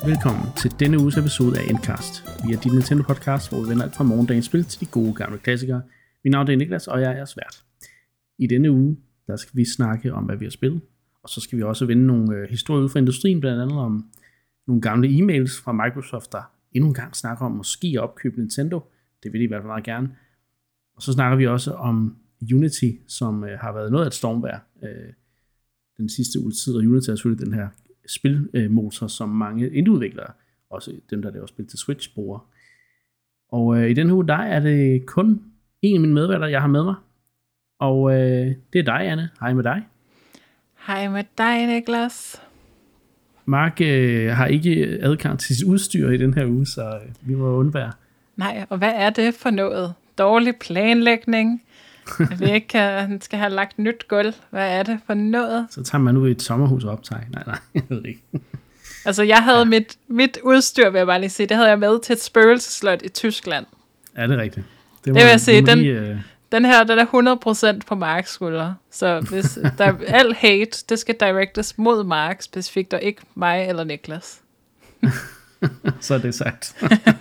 Velkommen til denne uges episode af Endcast. Vi er dit Nintendo podcast, hvor vi vender alt fra morgendagens spil til de gode gamle klassikere. Mit navn er Niklas, og jeg er jeres vært. I denne uge, der skal vi snakke om, hvad vi har spillet. Og så skal vi også vende nogle historier ud fra industrien, blandt andet om nogle gamle e-mails fra Microsoft, der endnu en gang snakker om måske at opkøbe Nintendo. Det vil de i hvert fald meget gerne. Og så snakker vi også om Unity, som har været noget af et stormvejr den sidste uge tid. Og Unity er selvfølgelig den her spilmotor, som mange indieudviklere, også dem, der laver spil til Switch, bruger. Og i denne uge, der er det kun en af mine medværter, jeg har med mig. Og det er dig, Anne. Hej med dig. Hej med dig, Niklas. Mark har ikke adgang til sit udstyr i den her uge, så vi må undvære. Nej, og hvad er det for noget? Dårlig planlægning? At vi ikke skal have lagt nyt gulv. Hvad er det for noget? Så tager man ud i et sommerhus og optager. Nej, jeg ved ikke. Altså, jeg havde mit udstyr, vil jeg bare lige sige, det havde jeg med til et spøgelseslot i Tyskland. Ja, det er rigtigt. Det vil jeg sige, den her, den er 100% på Marks skulder. Så hvis der er al hate, det skal directes mod Mark specifikt, og ikke mig eller Niklas. Så er det sagt.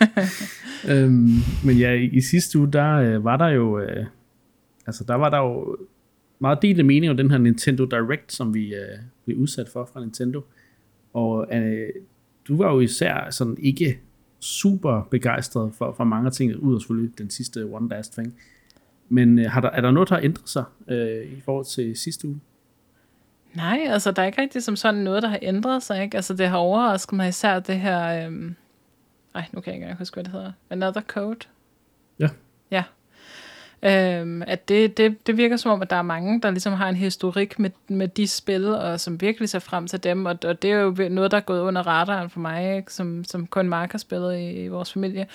Men ja, i sidste uge, der var der jo... der var der jo meget delte mening om den her Nintendo Direct, som vi blev udsat for fra Nintendo. Og du var jo især sådan ikke super begejstret for mange ting, ud af selvfølgelig den sidste One Last Thing. Men er der noget, der har ændret sig i forhold til sidste uge? Nej, altså der er ikke rigtig som sådan noget, der har ændret sig, ikke? Altså det har overrasket mig især det her... nu kan jeg ikke engang huske, hvad det hedder. Another Code? Ja. Ja. At det virker som om, at der er mange, der ligesom har en historik med de spil, og som virkelig ser frem til dem, og det er jo noget, der er gået under radaren for mig, ikke? Som kun Mark har spillet i vores familie.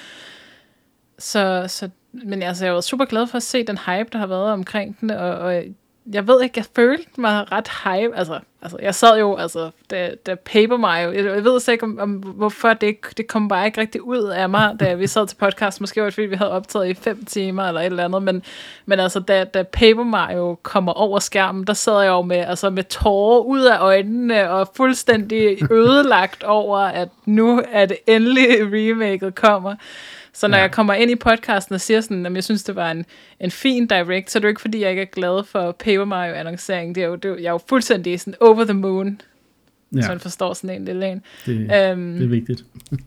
Men altså, jeg var super glad for at se den hype, der har været omkring den, og jeg ved ikke, jeg følte mig ret hype, altså jeg sad jo, da Paper Mario, jeg ved ikke om hvorfor det kom bare ikke rigtig ud af mig, da vi sad til podcast, måske var det fordi, vi havde optaget i 5 timer, eller et eller andet, men altså, da Paper Mario kommer over skærmen, der sad jeg jo med tårer ud af øjnene, og fuldstændig ødelagt over, at nu er det endelig remaket kommer. Så når jeg kommer ind i podcasten og siger sådan, at jeg synes, det var en fin direct, så er det jo ikke, fordi jeg ikke er glad for Paper Mario-annonceringen. Jeg er jo fuldstændig sådan over the moon, så man forstår sådan en lille en. Det er vigtigt.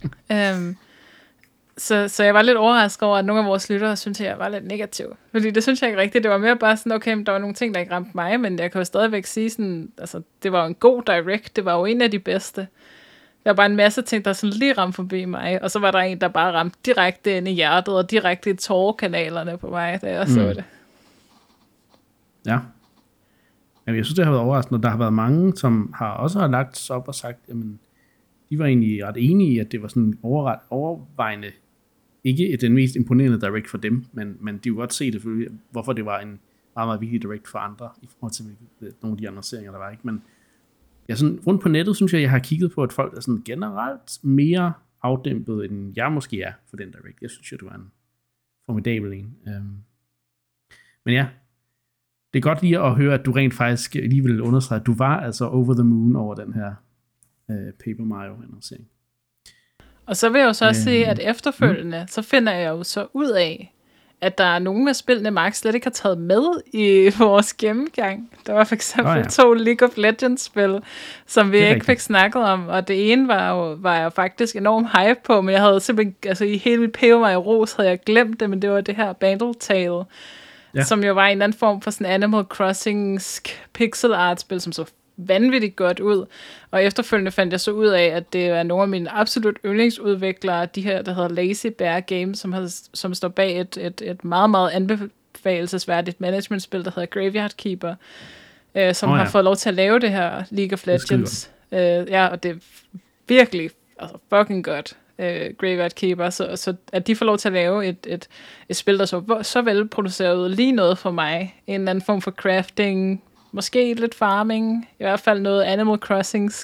Så jeg var lidt overrasket over, at nogle af vores lyttere synes, at jeg var lidt negativ. Fordi det synes jeg ikke rigtigt. Det var mere bare sådan, okay, der var nogle ting, der ikke ramte mig, men jeg kan jo stadigvæk sige sådan, altså, det var jo en god direct. Det var jo en af de bedste. Der var bare en masse ting, der sådan lige ramte forbi mig, og så var der en, der bare ramte direkte ind i hjertet, og direkte i tårekanalerne på mig, da jeg så det. Ja. Jamen, jeg synes, det har været overraskende, der har været mange, som har lagt sig op og sagt, jamen, de var egentlig ret enige i, at det var sådan overvejende, ikke den mest imponerende direct for dem, men de kunne godt se det, hvorfor det var en meget, meget vigtig direct for andre, i forhold til nogle af de andre serier, der var, ikke? Men sådan rundt på nettet, synes jeg har kigget på, at folk er sådan generelt mere afdæmpet, end jeg måske er for den direct. Jeg synes jo, det var en formidabel en. Men ja, det er godt lige at høre, at du rent faktisk lige vil understrege, at du var altså over the moon over den her Paper Mario-annoncering. Og så vil jeg jo så også sige, at efterfølgende, så finder jeg jo så ud af, at der er nogle af spillene, Mark slet ikke har taget med i vores gennemgang. Der var for eksempel 2 League of Legends-spil, som vi ikke fik snakket om, og det ene var jeg faktisk enormt hype på, men jeg havde simpelthen, altså i hele mit Paper Mario Ros havde jeg glemt det, men det var det her Battle Tale, som jo var en anden form for sådan Animal Crossing-sk pixel art-spil, som så vanvittigt godt ud, og efterfølgende fandt jeg så ud af, at det er nogle af mine absolut yndlingsudviklere, de her, der hedder Lazy Bear Games, som står bag et meget, meget anbefalelsesværdigt managementspil, der hedder Graveyard Keeper, som har fået lov til at lave det her League of Legends. Og det er virkelig fucking godt, Graveyard Keeper, så at de får lov til at lave et spil, der så velproduceret ud, lige noget for mig, en eller anden form for crafting, måske lidt farming, i hvert fald noget Animal Crossing,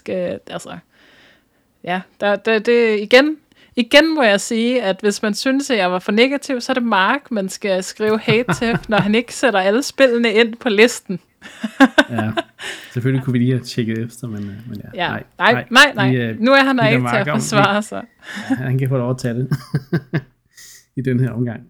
igen må jeg sige, at hvis man synes, at jeg var for negativ, så er det Mark, man skal skrive hate til, når han ikke sætter alle spillene ind på listen. Ja, Selvfølgelig kunne vi lige have tjekket efter, men ja. Nej. Nu er han der ikke til at forsvare sig. Ja, han kan få lov at tage det i den her omgang.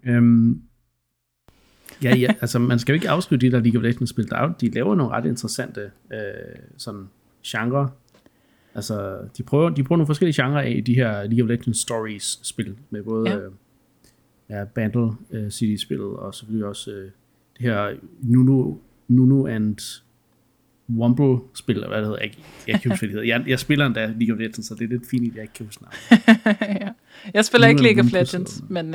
Ja, altså man skal jo ikke afskrive de der League of Legends-spil. De laver nogle ret interessante sådan genre. Altså, de prøver nogle forskellige genrer af i de her League of Legends Stories-spil, med både Battle City-spillet, og selvfølgelig også det her Nunu and Wumble-spil, eller hvad det hedder. Jeg kan huske, hvad det hedder. Jeg spiller endda League of Legends, så det er lidt fint, at jeg ikke kan huske navnet. Ja. Jeg spiller ikke League of Legends, men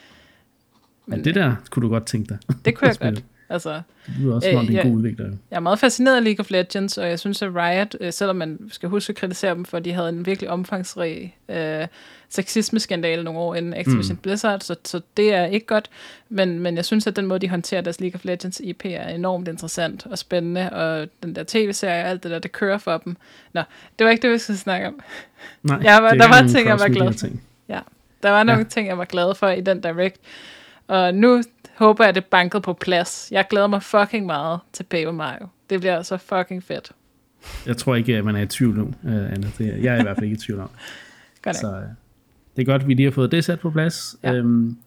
det der kunne du godt tænke dig. Det kunne jeg godt. Altså, det er også en god udvikler. Jeg er meget fascineret af League of Legends, og jeg synes, at Riot, selvom man skal huske at kritisere dem, for de havde en virkelig omfangsrig sexisme-skandale nogle år inden Activision Blizzard, så det er ikke godt, men jeg synes, at den måde, de håndterer deres League of Legends IP er enormt interessant og spændende, og den der tv-serie og alt det der, det kører for dem. Nå, det var ikke det, vi skulle snakke om. Nej, der var ting, jeg var glad for. Ja, der var nogle ting, jeg var glad for i den Direct, og nu håber jeg, at det bankede på plads. Jeg glæder mig fucking meget til Paper Mario. Det bliver så fucking fedt. Jeg tror ikke, at man er i tvivl nu, Anna. Jeg er i hvert fald ikke i tvivl om. Så det er godt, at vi lige har fået det sat på plads. Ja.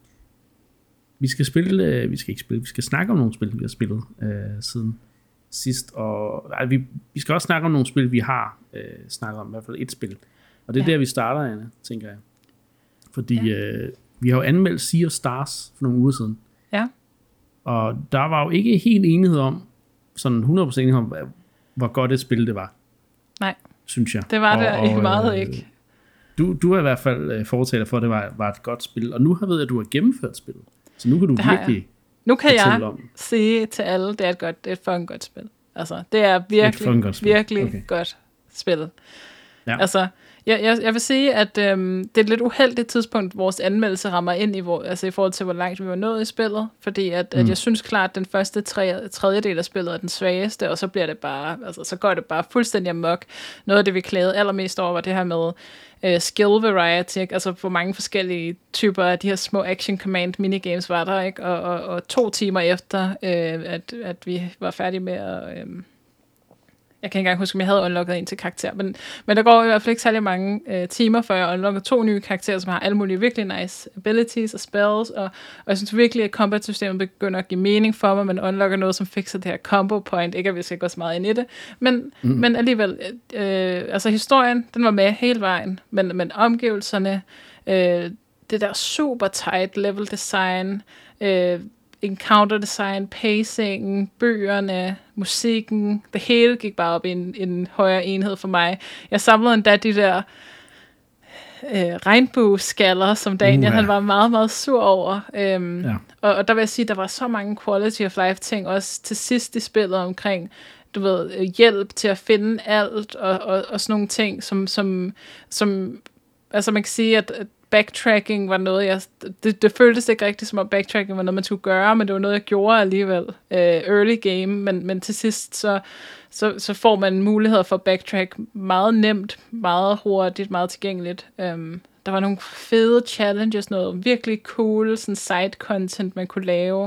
Vi skal snakke om nogle spil, vi har spillet siden sidst. Og vi skal også snakke om nogle spil, vi har snakket om. I hvert fald et spil. Og det er der, vi starter, Anna, tænker jeg. Fordi vi har jo anmeldt Sea of Stars for nogle uger siden. Ja. Og der var jo ikke helt enighed om, sådan 100% enighed om, hvor godt et spil det var. Nej. Synes jeg. Det var det meget ikke. Du er i hvert fald fortaler for, at det var et godt spil. Og nu har jeg ved, at du har gennemført spillet. Så nu kan du virkelig nu kan jeg sige til alle, det er et fucking godt spil. Altså, det er virkelig godt spil. Ja. Altså, jeg vil sige, at det er et lidt uheldigt tidspunkt, vores anmeldelse rammer ind i forhold til, hvor langt vi var nået i spillet. Fordi at jeg synes klart, at den første tredjedel af spillet er den svageste, og så bliver det bare, altså så går det bare fuldstændig amok. Noget af det, vi klagede allermest over, var det her med skill variety, ikke? Altså hvor mange forskellige typer af de her små action command minigames var der, ikke? Og 2 timer efter, at vi var færdige med at... Jeg kan ikke engang huske, om jeg havde unlocket en til karakter, men der går i hvert fald ikke særlig mange timer, før jeg unlocker 2 nye karakterer, som har alle mulige virkelig nice abilities og spells, og jeg synes virkelig, at combat-systemet begynder at give mening for mig. Man unlocker noget, som fikser det her combo point, ikke at vi skal gå så meget ind i det, men alligevel, altså historien, den var med hele vejen, men omgivelserne, det der super tight level design, encounter design, pacing, bøgerne, musikken, det hele gik bare op i en højere enhed for mig. Jeg samlede endda de der regnbueskaller, som Daniel han var meget, meget sur over. Og der vil jeg sige, der var så mange quality of life ting, også til sidst i spillet omkring, du ved, hjælp til at finde alt, og sådan nogle ting, som altså man kan sige, at backtracking var noget, det føltes ikke rigtigt som om backtracking var noget, man skulle gøre, men det var noget, jeg gjorde alligevel early game, men til sidst, så får man muligheder for backtrack meget nemt, meget hurtigt, meget tilgængeligt. Der var nogle fede challenges, noget virkelig cool, sådan side content, man kunne lave.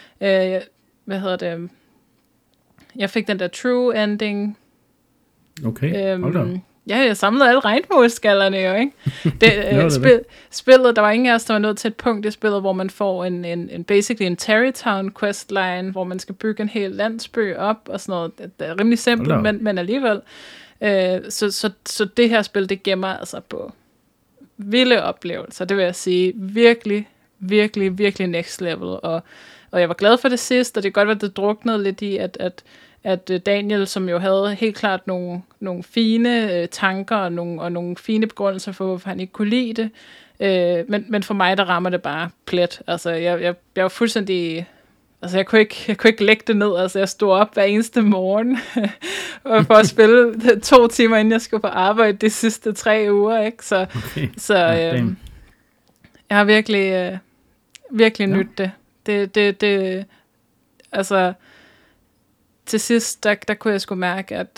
Jeg fik den der true ending. Okay, hold da. Ja, jeg samlede alle regnbueskallerne jo, ikke? Spillet, der var ingen af os, der var nået til et punkt i spillet, hvor man får basically en Terrytown questline, hvor man skal bygge en hel landsby op og sådan noget. Det er rimelig simpelt, men alligevel. Så det her spil, det gemmer altså på vilde oplevelser, det vil jeg sige. Virkelig, virkelig, virkelig next level. Og jeg var glad for det sidst, og det kan godt være, at det druknede lidt i, at Daniel, som jo havde helt klart nogle fine tanker og nogle fine begrundelser for, hvorfor han ikke kunne lide det. Men for mig, der rammer det bare plet. Altså, jeg var fuldstændig... Altså, jeg kunne ikke lægge det ned. Altså, jeg stod op hver eneste morgen for at spille 2 timer, inden jeg skulle på arbejde de sidste 3 uger, ikke? Så jeg har virkelig nydt det. Det altså... Til sidst, der kunne jeg sgu mærke, at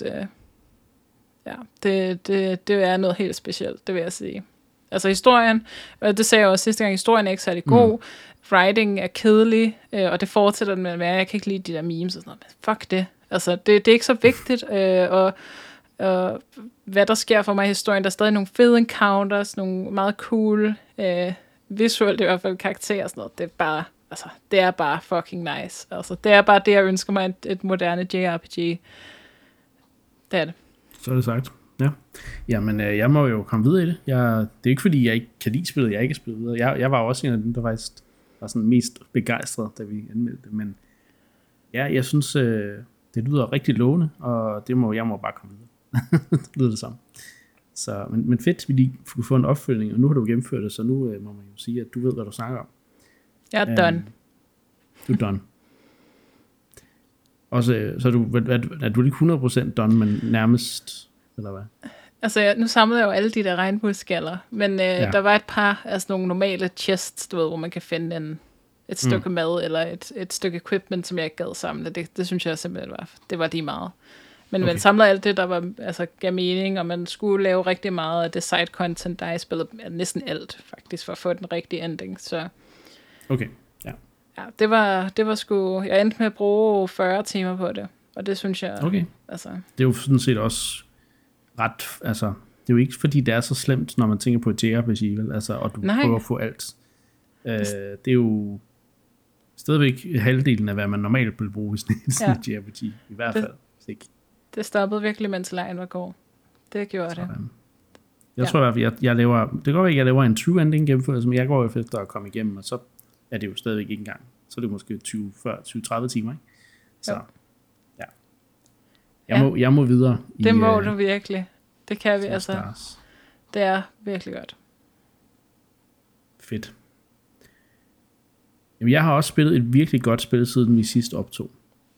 det er noget helt specielt, det vil jeg sige. Altså historien, og det sagde jeg også sidste gang, historien er ikke særlig god, writing er kedelig, og det fortsætter den med at være, jeg kan ikke lide de der memes og sådan noget, men fuck det. Altså, det er ikke så vigtigt, og hvad der sker for mig i historien. Der er stadig nogle fede encounters, nogle meget cool, visuelt i hvert fald karakterer og sådan noget. Det er bare fucking nice. Altså, det er bare det, jeg ønsker mig, et moderne JRPG. Det er det. Så er det sagt. Ja. Jamen, jeg må jo komme videre i det. Det er ikke fordi, jeg ikke kan lide spillet, jeg ikke har spillet videre. Jeg var også en af dem, der faktisk var sådan mest begejstret, da vi anmeldte det. Men ja, jeg synes, det lyder rigtig lovende, og jeg må bare komme videre. Det lyder det samme. Så, men fedt, vi lige kunne få en opfølgning, og nu har du gennemført det, så nu må man jo sige, at du ved, hvad du snakker om. Jeg er done. Du er done. Også, så er du ikke 100% done, men nærmest, eller hvad? Altså, nu samlede jeg jo alle de der regnbueskaller, men der var et par af sådan nogle normale chests, du ved, hvor man kan finde et stykke mad, eller et stykke equipment, som jeg ikke gad samle. Det synes jeg simpelthen det var lige meget. Men man samler alt det, der var, altså, gav mening, og man skulle lave rigtig meget af det side content, der er i spillet, næsten alt faktisk, for at få den rigtige ending. Så okay, ja. Ja, det var sgu, jeg endte med at bruge 40 timer på det, og det synes jeg, altså. Det er jo sådan set også ret, altså, det er jo ikke fordi, det er så slemt, når man tænker på et JRPG, vel? Altså, og du prøver at få alt. Det er jo stadigvæk halvdelen af, hvad man normalt vil bruge i sådan et JRPG, i hvert fald. Ikke. Det stoppede virkelig, mens lejen var god. Det gjorde det. Jeg tror i hvert fald, jeg laver, det kan godt være, at jeg laver en true ending gennemført, som jeg går efter at komme igennem, og så er det jo stadigvæk ikke engang. Så er det måske 20-30 timer, ikke? Så, Jeg må videre. Det må du virkelig. Det kan vi, altså. Det er virkelig godt. Fedt. Jamen, jeg har også spillet et virkelig godt spil, siden vi sidst optog.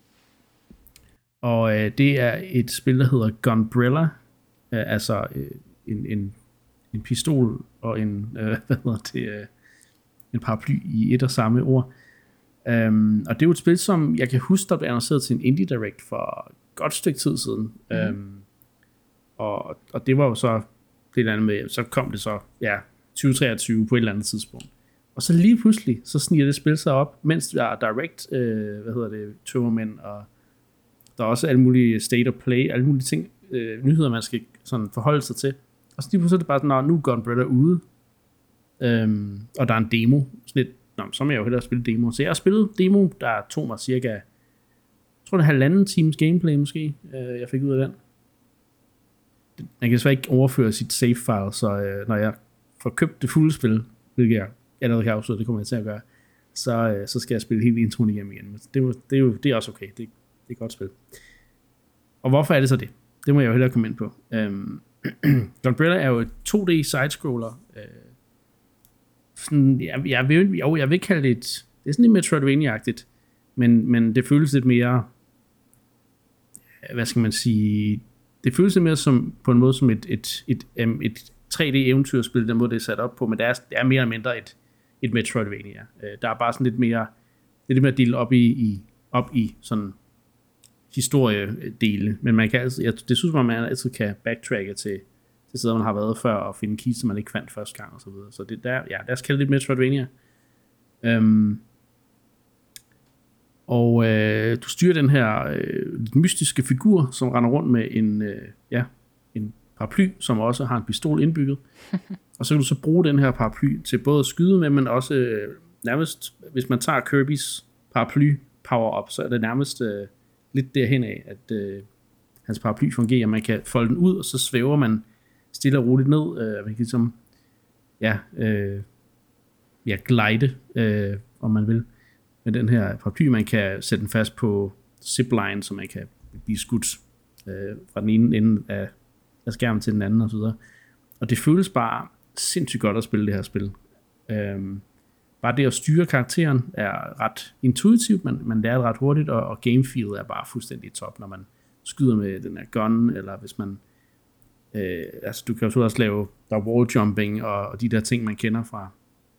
Og det er et spil, der hedder Gunbrella. Altså en pistol og en paraply i et og samme ord. Og det er jo et spil, som jeg kan huske, der blev annonceret til en Indie Direct for et godt stykke tid siden. Og det var jo så det eller andet med, så kom det så 2023 på et eller andet tidspunkt. Og så lige pludselig, så sniger det spil sig op, mens der er Direct, tømmermænd, og der er også alle mulige state of play, alle mulige ting, nyheder, man skal sådan forholde sig til. Og så lige pludselig er det bare sådan, nu er Gunbrella ude, og der er en demo, sådan lidt, så må jeg jo hellere spille demo. Så jeg har spillet demo, der tog mig cirka, jeg tror det er 1,5 times gameplay måske, jeg fik ud af den. Man kan desværre ikke overføre sit save file, så når jeg får købt det fulde spil, hvilket jeg allerede kan afsløre, det kommer jeg til at gøre, så skal jeg spille hele introen igennem igen. Men det er også okay, det er et godt spil. Og hvorfor er det så det? Det må jeg jo hellere komme ind på. Gunbrella er jo et 2D sidescroller. Jeg vil kalde det det er sådan lidt Metroidvania-agtigt, men det føles lidt mere, hvad skal man sige, det føles lidt mere som, på en måde som et 3D-eventyrspil, den måde det er sat op på, men det er mere eller mindre et Metroidvania. Der er bare sådan lidt mere, det er lidt mere delt op i sådan historiedele, men man kan altid, det synes man altid kan backtracke til steder, man har været før, og finde keys, som man ikke fandt første gang, og så videre. Så det der, lad os kalde det Metroidvania. Du styrer den her mystiske figur, som render rundt med en paraply, som også har en pistol indbygget. Og så kan du så bruge den her paraply til både at skyde med, men også nærmest, hvis man tager Kirby's paraply power-up, så er det nærmest lidt derhen af, at hans paraply fungerer. Man kan folde den ud, og så svæver man stille og roligt ned. Man kan ligesom glide, om man vil, med den her paraply. Man kan sætte den fast på zipline, så man kan blive skudt fra den ene ende af skærmen til den anden og så videre. Og det føles bare sindssygt godt at spille det her spil. Bare det at styre karakteren er ret intuitivt, men det er ret hurtigt, og gamefieldet er bare fuldstændig top, når man skyder med den her gun, eller hvis man du kan jo også lave der wall jumping og de der ting, man kender fra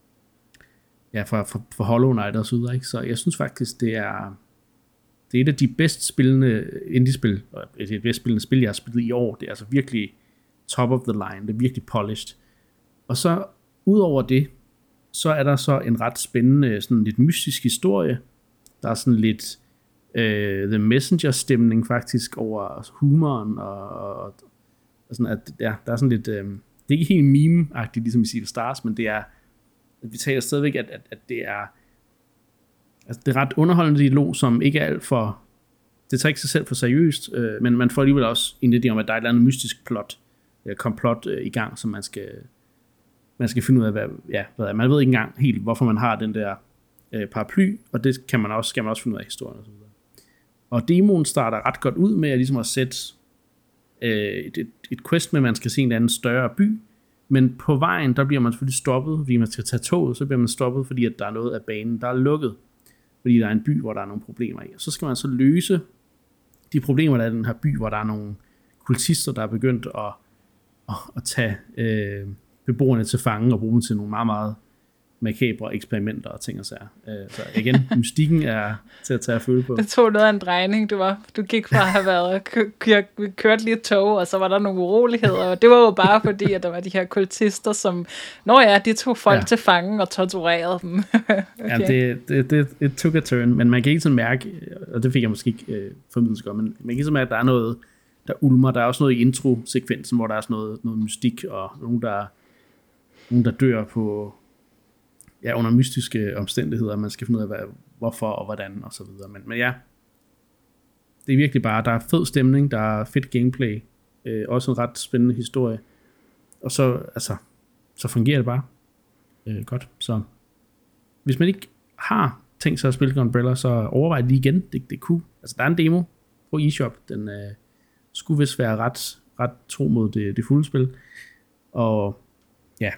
Hollow Knight og så videre, ikke? Så jeg synes faktisk, det er et af de bedst spillende indie-spil, og det bedst spillende spil, jeg har spillet i år. Det er altså virkelig top of the line, det er virkelig polished. Og så, ud over det, så er der så en ret spændende, sådan lidt mystisk historie. Der er sådan lidt The Messenger-stemning faktisk over humoren, og sådan, at ja, der er sådan lidt, det er ikke helt meme-agtigt, ligesom i Sea of Stars, men det er, vi taler stadigvæk, at det er, altså det er ret underholdende dialog, som ikke er alt for, det tager ikke sig selv for seriøst, men man får alligevel også en idé om, at der er et eller andet mystisk komplot i gang, som man skal finde ud af, hvad man ved ikke engang helt, hvorfor man har den der paraply, og det skal man også finde ud af historien og så videre. Og demoen starter ret godt ud med at ligesom at sætte et quest med, at man skal se en eller anden større by, men på vejen, der bliver man selvfølgelig stoppet, fordi man skal tage toget, så bliver man stoppet, fordi at der er noget af banen, der er lukket, fordi der er en by, hvor der er nogle problemer i. Og så skal man så løse de problemer, der er i den her by, hvor der er nogle kultister, der er begyndt at tage beboerne til fange og bruge dem til nogle meget, meget makabre eksperimenter og ting og sager. Så igen, mystikken er til at tage at føle på. Det tog noget af en drejning. Du gik fra at have været kørt lige et tog, og så var der nogle uroligheder, og det var jo bare fordi, at der var de her kultister, som, de tog folk til fange og torturerede dem. Okay. Ja, det took a turn, men man kan ikke sådan mærke, og det fik jeg måske ikke formidlet godt, men man kan ikke sådan mærke, at der er noget, der ulmer. Der er også noget i intro-sekvensen, hvor der er sådan noget mystik, og nogen, der dør på under mystiske omstændigheder, man skal finde ud af, hvorfor og hvordan og så videre. Men ja, det er virkelig bare, der er fed stemning, der er fedt gameplay, også en ret spændende historie, og så fungerer det bare godt. Så hvis man ikke har tænkt sig at spille Gunbrella, så overvej det lige igen. Det kunne. Altså der er en demo på eShop, den skulle vist være ret tro mod det fulde spil, og ja,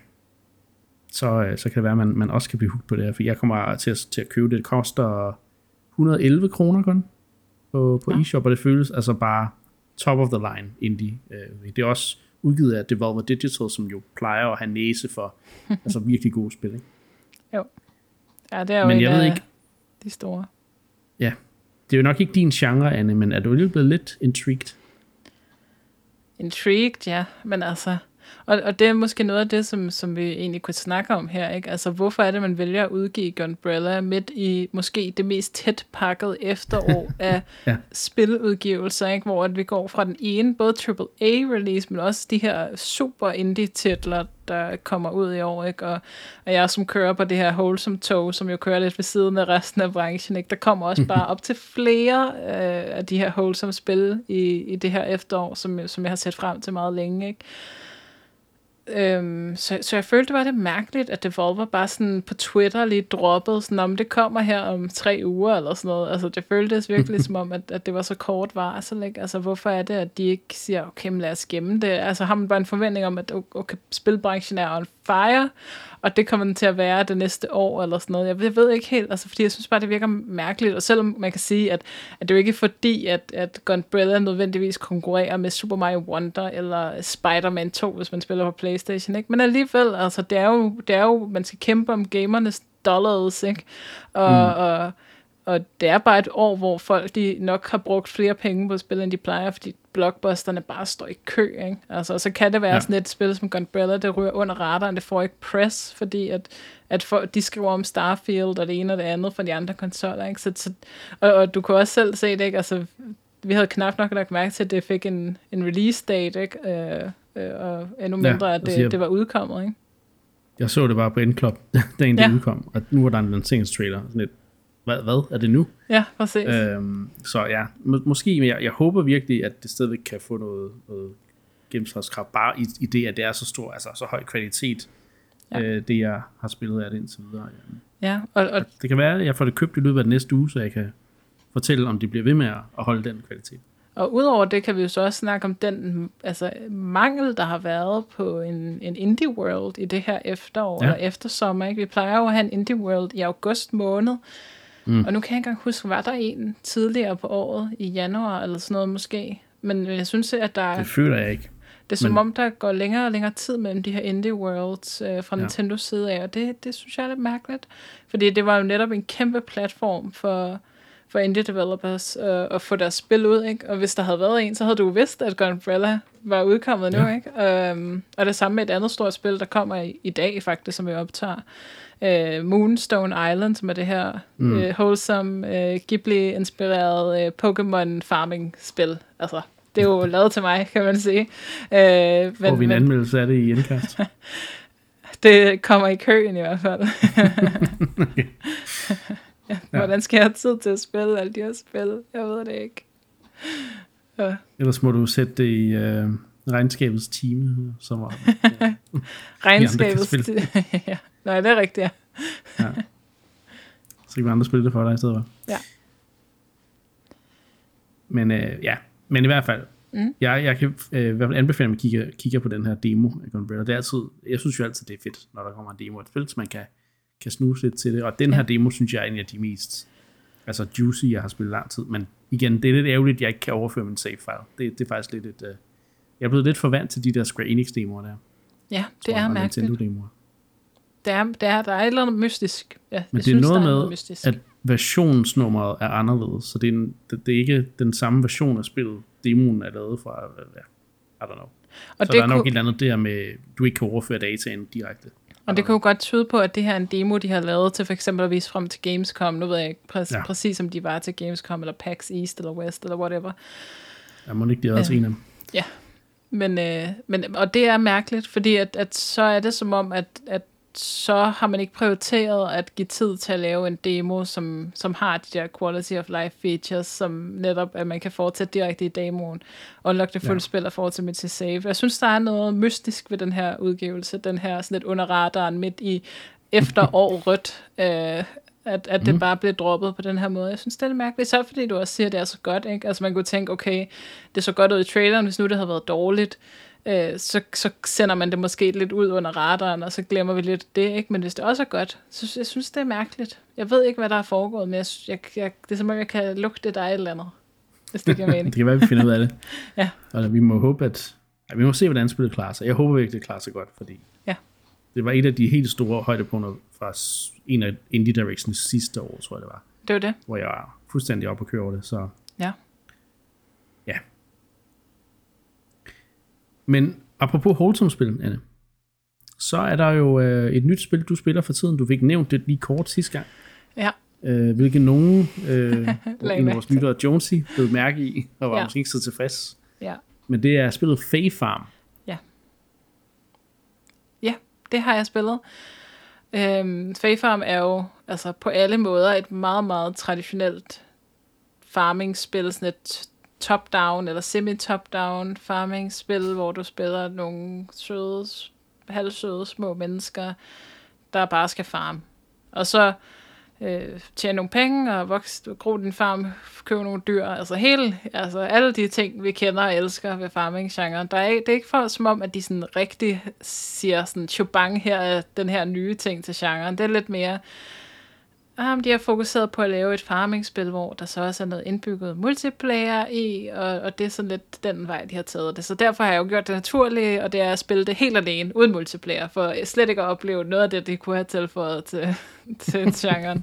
så kan det være, at man også kan blive hooked på det her, for jeg kommer til at købe det. Det koster 111 kroner kun på eShop, og det føles altså bare top of the line indie. Det er også udgivet af Devolver Digital, som jo plejer at have næse for altså virkelig gode spil, ikke? Jo. Ja, det er jo men jeg ved ikke, de store. Ja, det er jo nok ikke din genre, Anne, men er du alligevel blevet lidt intrigued? Intrigued, ja, men altså... Og det er måske noget af det, som vi egentlig kunne snakke om her, ikke? Altså, hvorfor er det, man vælger at udgive Gunbrella midt i måske det mest tæt pakket efterår af spiludgivelser, ikke? Hvor at vi går fra den ene, både AAA-release, men også de her super indie-titler, der kommer ud i år, ikke? Og jeg som kører på det her wholesome tog, som jo kører lidt ved siden af resten af branchen, ikke? Der kommer også bare op til flere af de her wholesome spil i det her efterår, som jeg har set frem til meget længe, ikke? Så jeg følte, det var det mærkeligt, at Devolver bare sådan på Twitter lige droppede, sådan om det kommer her om 3 uger eller sådan noget. Altså det føltes virkelig som om, at det var så kort varsel, ikke? Altså hvorfor er det, at de ikke siger, okay, men lad os gemme det? Altså har man bare en forventning om, at okay, spilbranchen er on fire, og det kommer den til at være det næste år eller sådan noget. Jeg ved ikke helt, altså fordi jeg synes bare, det virker mærkeligt, og selvom man kan sige, at det jo ikke er fordi, at Gunbrella nødvendigvis konkurrerer med Super Mario Wonder eller Spider-Man 2, hvis man spiller på PlayStation, ikke? Men alligevel, altså det er jo man skal kæmpe om gamernes dollars, ikke? Og det er bare et år, hvor folk de nok har brugt flere penge på spil, end de plejer, fordi blockbusterne bare står i kø, ikke? Altså, så kan det være sådan et spil som Gunbrella, der ryger under radaren, det får ikke press, fordi at folk, de skriver om Starfield og det ene og det andet fra de andre konsoller, ikke? Og du kan også selv se det, ikke? Altså, vi havde knap nok lagt mærke til, at det fik en release date, ikke? Og endnu mindre, at det var udkommet, ikke? Jeg så det bare på Endclub, da det udkom, og nu var der en lanceringstrailer, sådan lidt, hvad er det nu? Ja, præcis. Så ja, måske, men jeg håber virkelig, at det stadigvæk kan få noget gennemslagskraft, bare i det, at det er så stor, altså så høj kvalitet, det jeg har spillet af det indtil videre. Ja, og det kan være, at jeg får det købt i løbet af den næste uge, så jeg kan fortælle, om det bliver ved med at holde den kvalitet. Og udover det kan vi jo så også snakke om den mangel, der har været på en Indie World i det her efterår, eller eftersommer, ikke? Vi plejer jo at have en Indie World i august måned, og nu kan jeg ikke engang huske, var der en tidligere på året, i januar eller sådan noget måske, men jeg synes, at der det føler jeg ikke. Det er som om, der går længere og længere tid mellem de her Indie Worlds fra Nintendos side af, og det synes jeg er lidt mærkeligt, fordi det var jo netop en kæmpe platform for for indie developers at få deres spil ud, ikke? Og hvis der havde været en, så havde du vidst, at Gunbrella var udkommet nu, ikke? Og det samme med et andet stort spil, der kommer i dag faktisk, som vi optager. Moonstone Island, som er det her wholesome, Ghibli-inspireret Pokémon farming-spil. Altså, det er jo lavet til mig, kan man sige. Får vi en anmeldelse af det i Endcast? Det kommer i køen i hvert fald. Okay. Hvordan skal jeg have tid til at spille alle de her spil? Jeg ved det ikke. Ja. Ellers må du sætte det i regnskabets time. Som var, regnskabets time? Ja. Nej, det er rigtigt, ja. Så kan vi andre spille det for dig i stedet for. Ja. Men i hvert fald, jeg kan i hvert fald anbefale, at man kigger på den her demo af Gunbrella. Det er altid, jeg synes jo altid, det er fedt, når der kommer en demo af et spil, så man kan snuse lidt til det. Og den her demo, synes jeg er en af de mest juicy, jeg har spillet lang tid. Men igen, det er lidt ærgerligt, at jeg ikke kan overføre min save file. Det er faktisk lidt et... jeg er blevet lidt for vant til de der Square Enix-demoer der. Ja, det er mærkeligt. Nintendo-demoer. Der er et eller andet mystisk. Ja, men det er noget med, at versionsnummeret er anderledes, så det er ikke den samme version af spillet, demoen er lavet fra, I don't know. Og så der er nok et eller andet der med, du ikke kan overføre dataen direkte. Og det kunne jo godt tyde på, at det her er en demo, de har lavet til for eksempel at vise frem til Gamescom. Nu ved jeg ikke præcis, om de var til Gamescom, eller PAX East, eller West, eller whatever. Ja, må ikke de også en af dem. Ja, men og det er mærkeligt, fordi at så er det som om, at så har man ikke prioriteret at give tid til at lave en demo, som har de der quality of life features, som netop, at man kan fortsætte direkte i demoen, unlock det fulde spil og fortsætte med til save. Jeg synes, der er noget mystisk ved den her udgivelse, den her sådan lidt under radaren midt i efteråret, at det bare blev droppet på den her måde. Jeg synes, det er mærkeligt, så fordi du også siger, at det er så godt, ikke? Altså man kunne tænke, okay, det så godt ud i traileren, hvis nu det havde været dårligt, så sender man det måske lidt ud under radaren, og så glemmer vi lidt det, ikke? Men hvis det også er godt, så jeg synes, det er mærkeligt. Jeg ved ikke, hvad der er foregået, men det er som om, jeg kan lugte dig et eller andet, hvis det giver mening. Det kan være, vi finder ud af det. Ja. Og vi må håbe, vi må se, hvordan spillet klarer sig. Jeg håber virkelig, det klarer sig godt, fordi det var et af de helt store højdepunkter fra en af Indie Directions sidste år, tror jeg det var. Det var det. Hvor jeg var fuldstændig oppe og køre over det, så... Ja. Men apropos wholesome-spil, Anne, så er der jo et nyt spil, du spiller for tiden. Du fik nævnt det lige kort sidste gang. Ja. Hvilket nogen, en af vores lyttere, Jonesy, blev mærke i, og var måske ikke så tilfreds. Ja. Men det er spillet Fae Farm. Ja. Ja, det har jeg spillet. Fae Farm er jo altså på alle måder et meget, meget traditionelt farming-spil, sådan et top-down eller semi-top-down farming-spil, hvor du spiller nogle søde, halvsøde små mennesker, der bare skal farme. Og så tjene nogle penge og gro din farm, købe nogle dyr, altså alle de ting, vi kender og elsker ved farming-genren. Det er ikke for som om, at de sådan rigtig siger sådan, chubang, her er den her nye ting til genren. Det er lidt mere, de har fokuseret på at lave et farming-spil, hvor der så også er noget indbygget multiplayer i, og det er sådan lidt den vej, de har taget det. Så derfor har jeg jo gjort det naturlige, og det er at spille det helt alene, uden multiplayer, for slet ikke at opleve noget af det, de kunne have tilføjet til genren.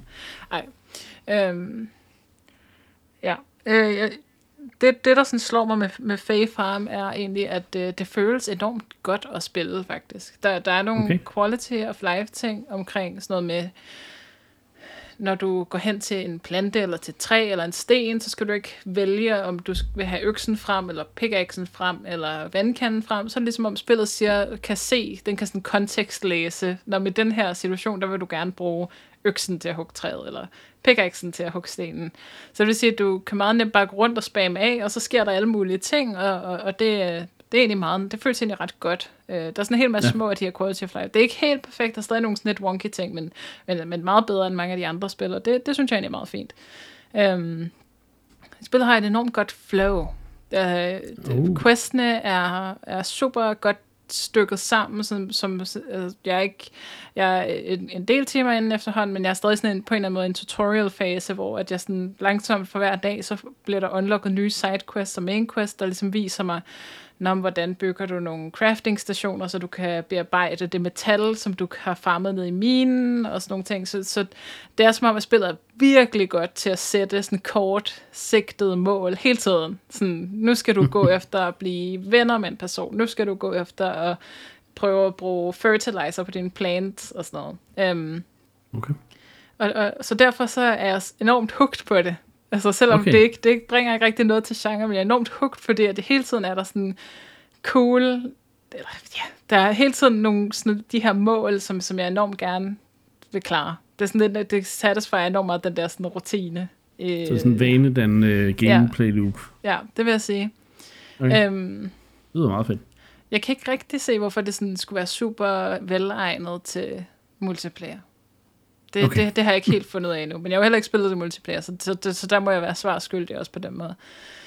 Det, der sådan slår mig med Fae Farm, er egentlig, at det føles enormt godt at spille, faktisk. Der er nogle quality of life ting omkring sådan noget med, når du går hen til en plante, eller til et træ, eller en sten, så skal du ikke vælge, om du vil have øksen frem, eller pickaxen frem, eller vandkanden frem. Så er det ligesom om spillet siger, den kan sådan kontekstlæse, når med den her situation, der vil du gerne bruge øksen til at hugge træet, eller pickaxen til at hugge stenen. Så det vil sige, at du kan meget nemt bare gå rundt og spamme af, og så sker der alle mulige ting, og det er egentlig meget, det føles egentlig ret godt. Der er sådan en hel masse små af de her quality of life. Det er ikke helt perfekt, der er stadig nogle sådan lidt wonky ting, men meget bedre end mange af de andre spil, og det synes jeg egentlig er meget fint. Spillet har et enormt godt flow. Questene er super godt stykket sammen, som jeg er en del timer inden efterhånden, men jeg er stadig sådan på en eller anden måde en tutorial-fase, hvor at jeg sådan langsomt for hver dag, så bliver der unlocket nye sidequests og main quests, der ligesom viser mig hvordan bygger du nogle crafting-stationer, så du kan bearbejde det metal, som du har farmet ned i minen, og sådan nogle ting. Så det er som om, at spillet er virkelig godt til at sætte sådan kortsigtede mål hele tiden. Sådan, nu skal du gå efter at blive venner med en person, nu skal du gå efter at prøve at bruge fertilizer på dine plants, og sådan noget. Okay. Og så derfor så er jeg enormt hooked på det. Altså selvom det ikke bringer ikke rigtig noget til genre, men jeg er enormt hooked, fordi at det hele tiden er der sådan cool, der er hele tiden nogle sådan, de her mål, som jeg enormt gerne vil klare. Det er sådan lidt, det satisfier enormt meget den der sådan rutine. Så sådan vane, den gameplay loop. Ja, det vil jeg sige. Okay. Det lyder meget fedt. Jeg kan ikke rigtig se, hvorfor det sådan skulle være super velegnet til multiplayer. Det har jeg ikke helt fundet ud af endnu, men jeg har jo heller ikke spillet det multiplayer, så der må jeg være svarskyldig også på den måde.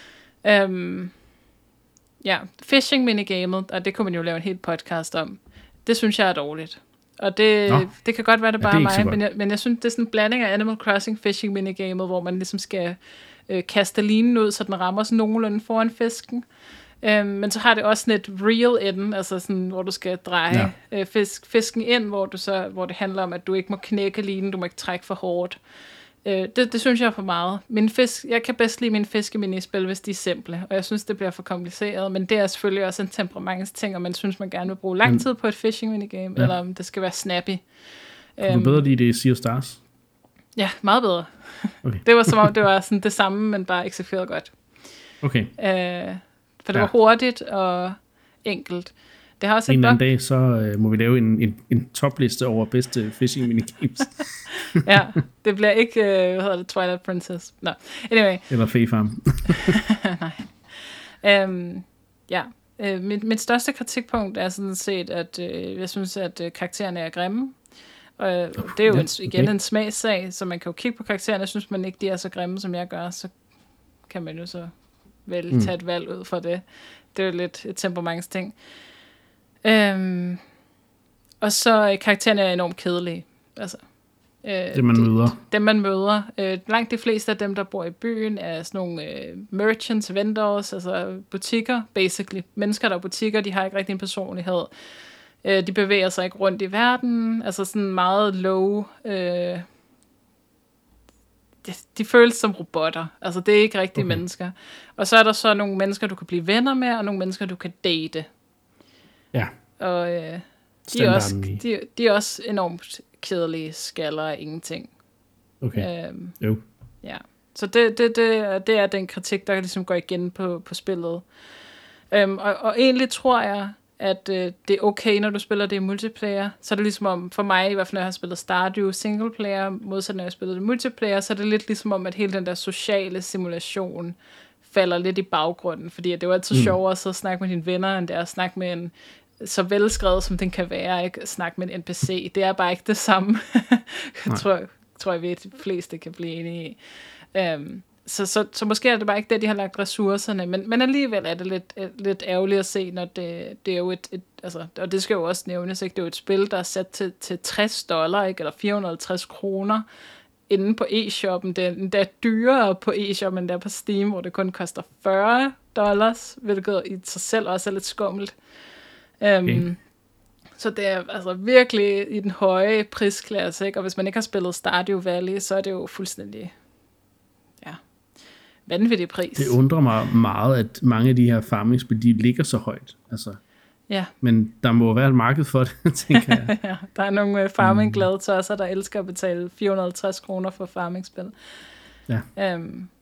Fishing minigamet, og det kunne man jo lave en helt podcast om, det synes jeg er dårligt. Og det kan godt være, det bare er mig, men jeg synes, det er sådan en blanding af Animal Crossing fishing minigamet, hvor man ligesom skal kaste linen ud, så den rammer sådan nogenlunde foran fisken. Men så har det også sådan et reel enden, altså sådan, hvor du skal dreje fisken ind, hvor det handler om, at du ikke må knække linen, du må ikke trække for hårdt. Det synes jeg er for meget. Jeg kan bedst lide mine fiskeminispil, hvis de er simple, og jeg synes, det bliver for kompliceret, men det er selvfølgelig også en temperamentsting, og man synes, man gerne vil bruge lang tid på et fishing minigame, eller om det skal være snappy. Kan du bedre lide det i Sea of Stars? Ja, meget bedre. Okay. Det var som om, det var sådan det samme, men bare eksekveret godt. Okay. For det var hurtigt og enkelt. Det har også en anden dag, så må vi lave en topliste over bedste fishing minigames. Ja, det bliver ikke, Twilight Princess. No. Anyway. Eller Fae Farm. Nej. Mit største kritikpunkt er sådan set, at jeg synes, at karaktererne er grimme. Og det er jo igen en smagssag, så man kan jo kigge på karaktererne. Jeg synes man ikke, de er så grimme, som jeg gør, så kan man jo så tage et valg ud fra det. Det er jo lidt et temperamentsting. Og så karaktererne er enormt kedelige. Altså, det man møder. Dem man møder. Langt de fleste af dem, der bor i byen, er sådan nogle merchants, vendors, altså butikker, basically. Mennesker, der er butikker, de har ikke rigtig en personlighed. De bevæger sig ikke rundt i verden. Altså sådan meget low. De føles som robotter. Altså det er ikke rigtige mennesker. Og så er der så nogle mennesker, du kan blive venner med, og nogle mennesker, du kan date. Ja. Og de er også enormt kedelige skaller af ingenting. Okay. Jo. Ja. Så det er den kritik, der ligesom går igen på spillet. Og egentlig tror jeg, at det er okay, når du spiller det i multiplayer. Så er det ligesom om, for mig i hvert fald, når jeg har spillet Stardew singleplayer, modsat når jeg har spillet det multiplayer, så er det lidt ligesom om, at hele den der sociale simulation falder lidt i baggrunden. Fordi det er jo altid sjovere at sidde og snakke med dine venner, end det er at snakke med en så velskrevet, som den kan være, ikke? Snakke med en NPC. Det er bare ikke det samme. tror jeg, de fleste kan blive enige i. Så måske er det bare ikke det, de har lagt ressourcerne, men alligevel er det lidt ærgerligt at se, når det er jo altså, og det skal jo også nævnes, ikke? Det er jo et spil, der er sat til $60, ikke? Eller 450 kroner inde på e-shoppen. Det er dyrere på e-shoppen, end der på Steam, hvor det kun koster $40, hvilket i sig selv også er lidt skummelt. Okay. Så det er altså virkelig i den høje prisklasse, ikke? Og hvis man ikke har spillet Stardew Valley, så er det jo fuldstændig vanvittig pris. Det undrer mig meget, at mange af de her farming-spil, de ligger så højt. Altså. Ja. Men der må være et marked for det, tænker jeg. Ja, der er nogle farming-glade tosser, der elsker at betale 450 kroner for farming-spil. Ja.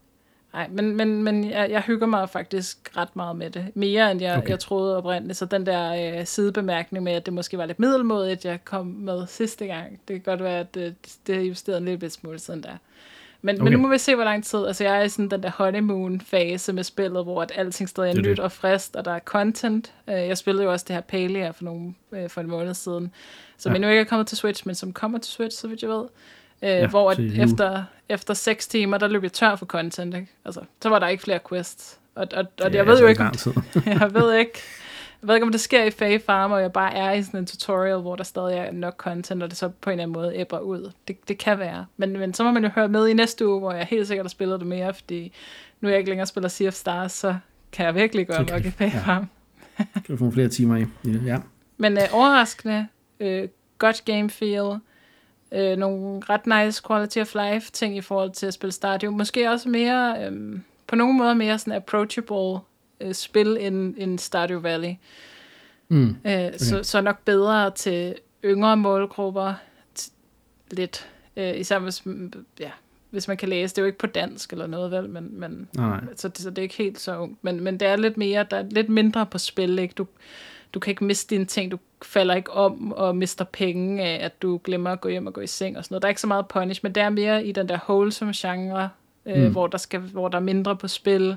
Men jeg hygger mig faktisk ret meget med det. Mere end jeg troede oprindeligt. Så den der sidebemærkning med, at det måske var lidt middelmådigt, jeg kom med sidste gang. Det kan godt være, at det er justeret en lille smule siden der. Men nu må vi se, hvor lang tid. Altså, jeg er i sådan den der honeymoon-fase med spillet, hvor at alting stadig er nyt og frisk, og der er content. Jeg spillede jo også det her Palia for en måned siden, som endnu ikke er kommet til Switch, men som kommer til Switch, så vidt jeg ved. Hvor at efter 6 timer, der løb jeg tør for content, ikke? Altså, så var der ikke flere quests. Og jeg ved jo ikke, jeg ved ikke, om det sker i Fae Farm, og jeg bare er i sådan en tutorial, hvor der stadig er nok content, og det så på en eller anden måde æbber ud. Det kan være. Men så må man jo høre med i næste uge, hvor jeg helt sikkert har spillet det mere, fordi nu er jeg ikke længere spiller Sea of Stars, så kan jeg virkelig gøre nok i Fae Farm. Kan du få nogle flere timer i det, ja. Men overraskende, godt game feel, nogle ret nice quality of life ting i forhold til at spille Stardew. Måske også mere, på nogle måder mere sådan approachable spil end Stardew Valley. Okay. Så nok bedre til yngre målgrupper, lidt, især hvis man kan læse. Det er jo ikke på dansk eller noget, vel? Men så det er ikke helt så ungt. Men det er lidt mere, der er lidt mindre på spil, ikke? Du kan ikke miste dine ting, du falder ikke om og mister penge af, at du glemmer at gå hjem og gå i seng og sådan noget. Der er ikke så meget punish, men det er mere i den der wholesome genre, hvor der er mindre på spil.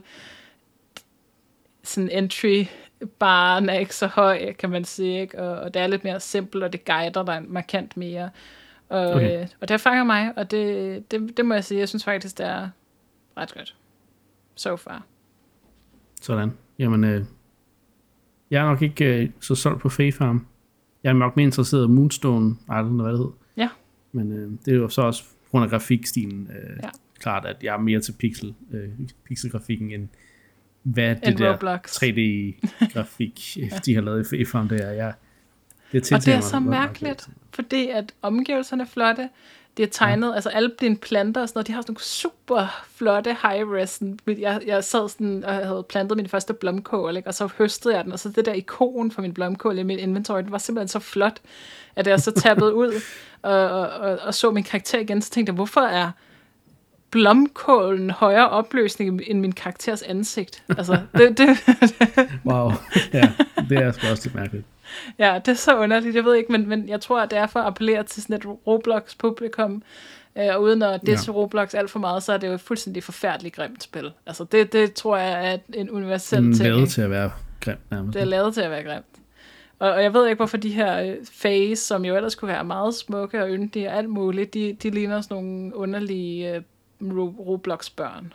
Sådan entry-baren er ikke så høj, kan man sige, ikke? Og det er lidt mere simpelt, og det guider dig markant mere. Og det fanger mig, og det må jeg sige, jeg synes faktisk, det er ret godt. So far. Sådan. Jamen, jeg er nok ikke så solgt på Fae Farm. Jeg er nok mere interesseret i Moonstone, hvad det hed. Ja. Men det er jo så også på grund af grafikstilen klart, at jeg er mere til pixelgrafikken end hvad det der Roblox 3D-grafik, de har lavet i Fae Farm, det er. Og det er så mærkeligt, fordi at omgivelserne er flotte. Det er tegnet, altså alle dine planter og sådan noget, de har sådan nogle super flotte high-res. Jeg sad sådan og havde plantet min første blomkål, ikke? Og så høstede jeg den, og så det der ikon for min blomkål i mit inventory, den var simpelthen så flot, at jeg så tappede ud og så min karakter igen, så tænkte jeg, hvorfor er blomkålen højere opløsning end min karakters ansigt? Altså, Wow, ja, det er sgu også lidt mærkeligt. Ja, det er så underligt, jeg ved ikke, men jeg tror, at det er for at appellere til sådan et Roblox-publikum, og uden at disse Roblox alt for meget, så er det jo et fuldstændig forfærdeligt grimt spil. Altså, det tror jeg er en universel ting. Det er lavet til at være grimt nærmest. Det er lavet til at være grimt. Og jeg ved ikke, hvorfor de her Faes, som jo ellers kunne være meget smukke og yndige og alt muligt, de ligner sådan nogle underlige Roblox-børn.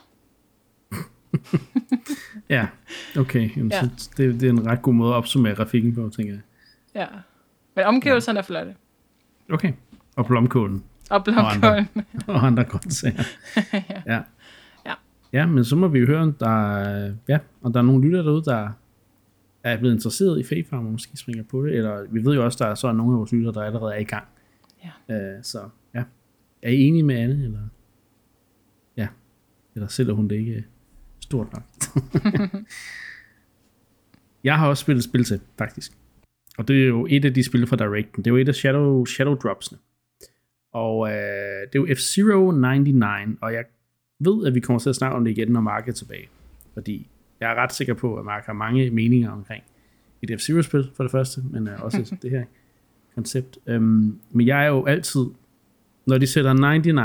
Ja, okay. Jamen, ja. Så det er en ret god måde at opsummere grafikken på, tænker jeg. Ja, men omgivelserne er flotte. Okay, og blomkålen. Og andre grøntsager. Ja. Ja, men så må vi jo høre, om der er nogle lyttere derude, der er blevet interesseret i Fae Farm, og måske springer på det, eller vi ved jo også, der er så nogle af vores lyttere, der allerede er i gang. Ja. Så ja, er I enige med Anne, eller? Ja, eller sælger hun det ikke stort nok? Jeg har også spillet spil til, faktisk. Og det er jo et af de spil fra Directen. Det er jo et af Shadow Dropsene. Og det er jo F-Zero 99, og jeg ved, at vi kommer til at snakke om det igen, når Mark er tilbage. Fordi jeg er ret sikker på, at Mark har mange meninger omkring et F-Zero-spil, for det første, men også det her koncept. Men jeg er jo altid, når de sætter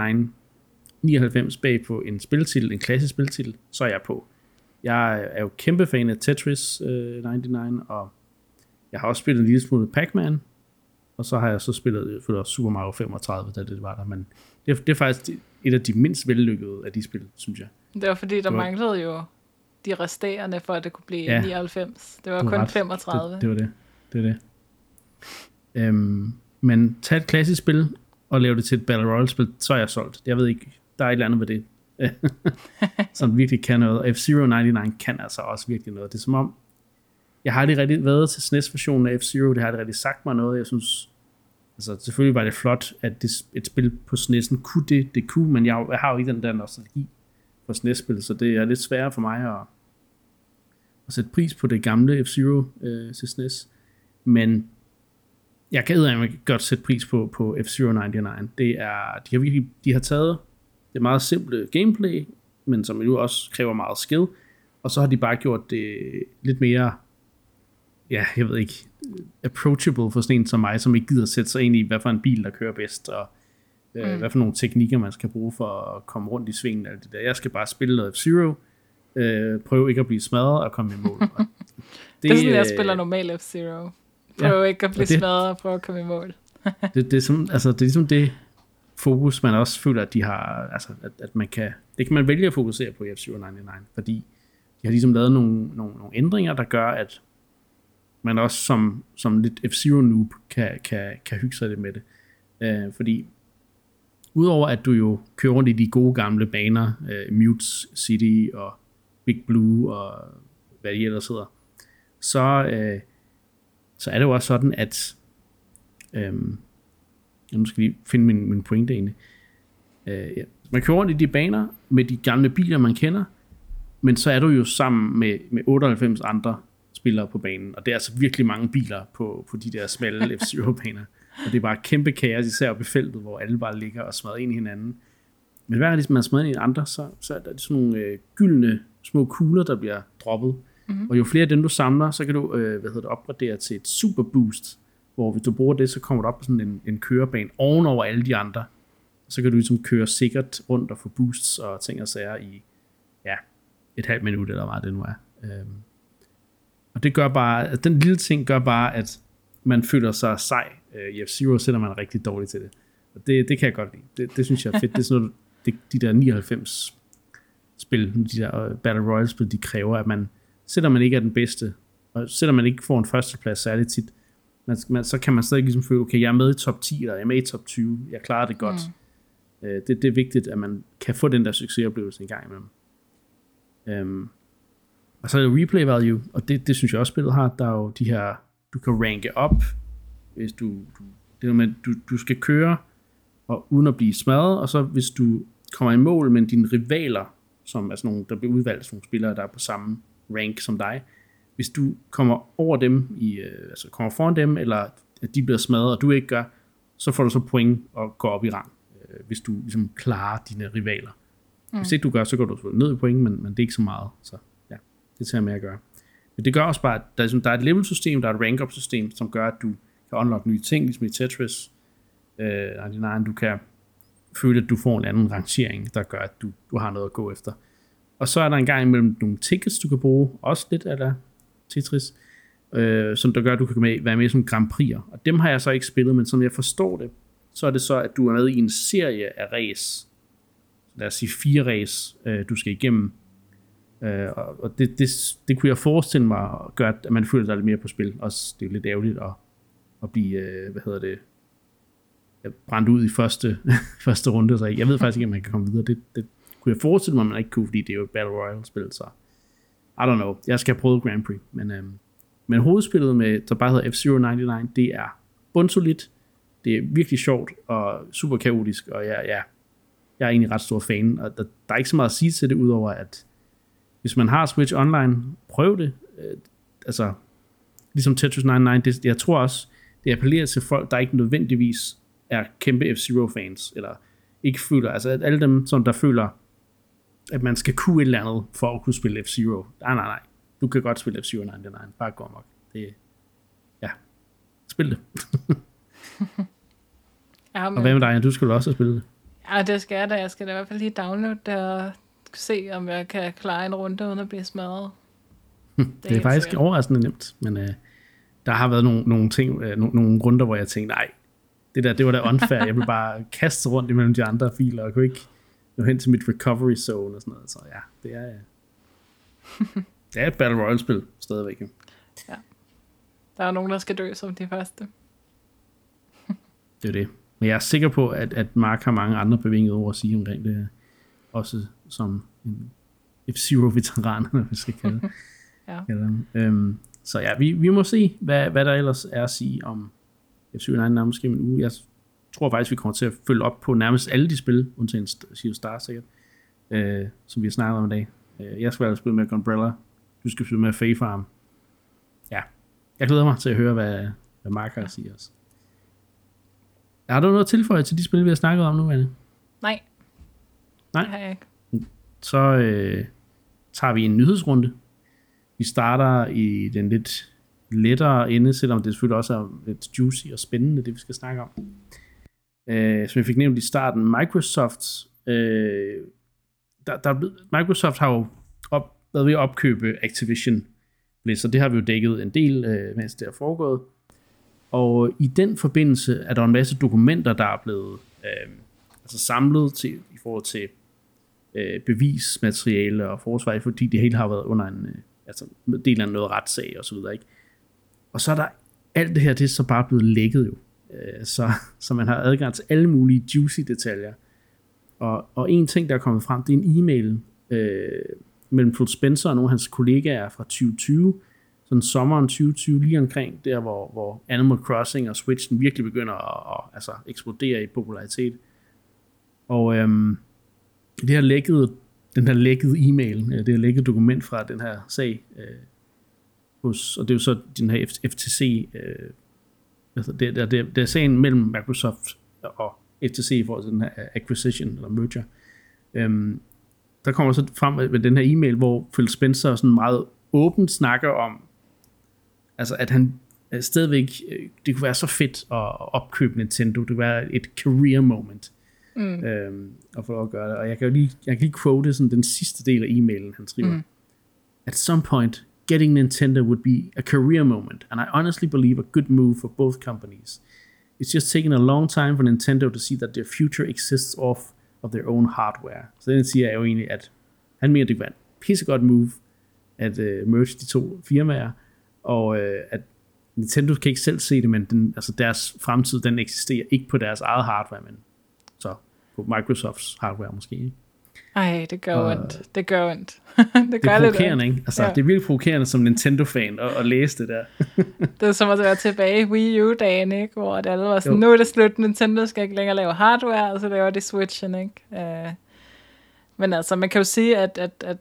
99 bag på en spiltitel, en klassisk spiltitel, så er jeg på. Jeg er jo kæmpe fan af Tetris 99, og jeg har også spillet en lille smule Pac-Man, og så har jeg så spillet Super Mario 35, da det var der, men det er faktisk et af de mindst vellykkede af de spil, synes jeg. Det var fordi, der manglede jo de resterende, for at det kunne blive 99. Det var kun 35. Det var det. Men tag et klassisk spil, og lave det til et Battle Royale-spil, så er jeg solgt. Jeg ved ikke, der er et eller andet ved det, som virkelig kan noget. Og F-Zero 99 kan altså også virkelig noget. Det er som om, jeg har aldrig rigtig været til SNES-versionen af F-Zero, det har aldrig rigtig sagt mig noget. Jeg synes, altså selvfølgelig var det flot, at et spil på SNES'en kunne det kunne, men jeg har jo ikke den der nostalgi for SNES-spil, så det er lidt sværere for mig at sætte pris på det gamle F-Zero til SNES. Men jeg kan godt sætte pris på F-Zero 99. De har taget det meget simple gameplay, men som jo også kræver meget skill, og så har de bare gjort det lidt mere, ja, jeg ved ikke, approachable for sådan en som mig, som ikke gider sætte sig ind i, hvad for en bil, der kører bedst, og hvad for nogle teknikker, man skal bruge for at komme rundt i svingen. Alt det der. Jeg skal bare spille noget F-Zero, prøve ikke at blive smadret og komme i mål. Det er sådan, jeg spiller normal F-Zero. Prøv ikke at blive smadret og prøve at komme i mål. det er ligesom det fokus, man også føler, at de har, altså, at man kan, det kan man vælge at fokusere på i F-Zero 99, fordi de har ligesom lavet nogle ændringer, der gør, at man også som lidt F-Zero noob kan hygge sig lidt med det. Fordi udover at du jo kører rundt i de gode gamle baner, Mute City og Big Blue og hvad de ellers hedder, så er det jo også sådan, at nu skal vi finde min pointe egentlig. Ja. Man kører rundt i de baner med de gamle biler, man kender, men så er du jo sammen med 98 andre spillere på banen, og det er altså virkelig mange biler på de der smalle F-Zero-baner, og det er bare kæmpe kaos, især oppe i feltet, hvor alle bare ligger og smadrer ind i hinanden. Men hver gang man smadrer ind i andre, så er der sådan nogle gyldne små kugler, der bliver droppet, og jo flere af dem du samler, så kan du opgradere til et super boost, hvor hvis du bruger det, så kommer du op på sådan en kørebane ovenover alle de andre, så kan du ligesom køre sikkert rundt og få boosts og ting og sager i et halvt minut, eller hvad det nu er. Og det gør bare, at den lille ting gør bare, at man føler sig sej i F-Zero, selvom man er rigtig dårlig til det. Og det kan jeg godt lide. Det synes jeg er fedt. Det er sådan noget, de der 99 spil, de der Battle Royale spil, de kræver, at man, selvom man ikke er den bedste, og selvom man ikke får en førsteplads særligt tit, så kan man stadig ligesom føle, okay, jeg er med i top 10, eller jeg er med i top 20, jeg klarer det godt. Det er vigtigt, at man kan få den der succesoplevelse en gang imellem. Og så er det replay value, og det synes jeg også spillet har. Der er jo de her, du kan ranke op, hvis det er med, du skal køre og uden at blive smadret, og så hvis du kommer i mål med dine rivaler, som er sådan nogle, der bliver udvalgt som nogle spillere, der er på samme rank som dig, hvis du kommer over dem, altså kommer foran dem, eller at de bliver smadret, og du ikke gør, så får du så point og går op i rang, hvis du ligesom klarer dine rivaler. Hvis ikke du gør, så går du ned i point, men det er ikke så meget, så ja, det tager med at gøre. Men det gør også bare, at der er et level-system, der er et rank-up-system, som gør, at du kan unlock nye ting, ligesom i Tetris. Du kan føle, at du får en anden rangering, der gør, at du har noget at gå efter. Og så er der en gang imellem nogle tickets, du kan bruge, også lidt af der Tetris, som der gør, at du kan være med i sådan Grand Prix'er. Og dem har jeg så ikke spillet, men som jeg forstår det, så er det så, at du er med i en serie af race. Lad os sige 4 race, du skal igennem. Og det kunne jeg forestille mig at gøre, at man føler sig lidt mere på spil. Også det er lidt ærgerligt at blive, brændt ud i første runde. Så jeg ved faktisk ikke, om man kan komme videre. Det kunne jeg forestille mig, at man ikke kunne, fordi det er jo et Battle Royale-spil, så I don't know. Jeg skal have prøvet Grand Prix, men hovedspillet, der bare hedder F-Zero 99, det er bundsolidt. Det er virkelig sjovt og super kaotisk, og jeg er egentlig ret stor fan, og der er ikke så meget at sige til det, udover at hvis man har Switch Online, prøv det. Altså, ligesom Tetris 99, jeg tror også, det appellerer til folk, der ikke nødvendigvis er kæmpe F-Zero-fans, eller ikke føler, altså at alle dem, som der føler, at man skal kunne et eller andet, for at kunne spille F-Zero. Nej. Du kan godt spille F-Zero 99, bare gå amok. Spil det. Ja, men... Og hvad med dig? Du skulle også spille det. Ja, det skal jeg da. Jeg skal da i hvert fald lige downloade det og se, om jeg kan klare en runde uden at blive smadret. Det er faktisk overraskende nemt, men der har været nogle ting, nogle runder, hvor jeg tænkte, nej, det var da unfair. Jeg blev bare kastet rundt imellem de andre filer, og kunne ikke nå hen til mit recovery zone og sådan noget. Så ja, det er et Battle Royale-spil stadigvæk. Ja. Der er nogen, der skal dø som de første. Det er det. Men jeg er sikker på, at Mark har mange andre bevingede ord at sige omkring det her. Også som en F-Zero-veteran, eller hvad vi skal kalde det. Så ja, vi må se, hvad der ellers er at sige om F-Zero 99 måske om en uge. Jeg tror faktisk, vi kommer til at følge op på nærmest alle de spil, undtagen Sea Star sikkert, som vi har snakket om i dag. Jeg skal spille med Gunbrella. Du skal spille med Fae Farm. Ja, jeg glæder mig til at høre, hvad Mark har at sige også. Har du noget at tilføje til de spil, vi har snakket om nu, Anne? Nej. Det har jeg ikke. Så tager vi en nyhedsrunde. Vi starter i den lidt lettere ende, selvom det selvfølgelig også er lidt juicy og spændende, det vi skal snakke om. Som jeg fik nævnt i starten, Microsoft Microsoft har jo været ved at opkøbe Activision Blizzard. Det har vi jo dækket en del, mens det er foregået. Og i den forbindelse er der en masse dokumenter, der er blevet samlet i forhold til bevismateriale og forsvar, fordi det hele har været under en del af noget retssag og så videre, ikke? Og så er der alt det her, det er så bare blevet lækket jo. Så man har adgang til alle mulige juicy detaljer. Og en ting, der er kommet frem, det er en e-mail mellem Phil Spencer og nogle af hans kollegaer fra 2020, sådan sommeren 2020, lige omkring der, hvor Animal Crossing og Switchen virkelig begynder at altså, eksplodere i popularitet. Og den her lækkede e-mail, det her lækkede dokument fra den her sag, og det er jo så den her FTC, altså det er sagen mellem Microsoft og FTC i forhold til den her acquisition eller merger. Der kommer så frem med den her e-mail, hvor Phil Spencer sådan meget åbent snakker om, altså at han stadigvæk, det kunne være så fedt at opkøbe Nintendo, det kunne være et career moment at få lov at gøre det. Og jeg kan lige quote sådan den sidste del af e-mailen, han skriver. At some point, getting Nintendo would be a career moment, and I honestly believe a good move for both companies. It's just taken a long time for Nintendo to see that their future exists off of their own hardware. Så den siger jeg jo egentlig, at han mener, det var en pissegodt move at merge de to firmaer, og at Nintendo kan ikke selv se det, men altså deres fremtid, den eksisterer ikke på deres eget hardware, men så på Microsofts hardware måske. Ikke? Ej, det gør ondt. Det gør ondt. det er provokerende, ikke? Altså, det er virkelig provokerende som Nintendo-fan at læse det der. Det er som at være tilbage i Wii U-dagen, ikke? Hvor det alle var sådan, nu er det slut, Nintendo skal ikke længere lave hardware, og så laver de Switchen, ikke? Men altså, man kan jo sige, at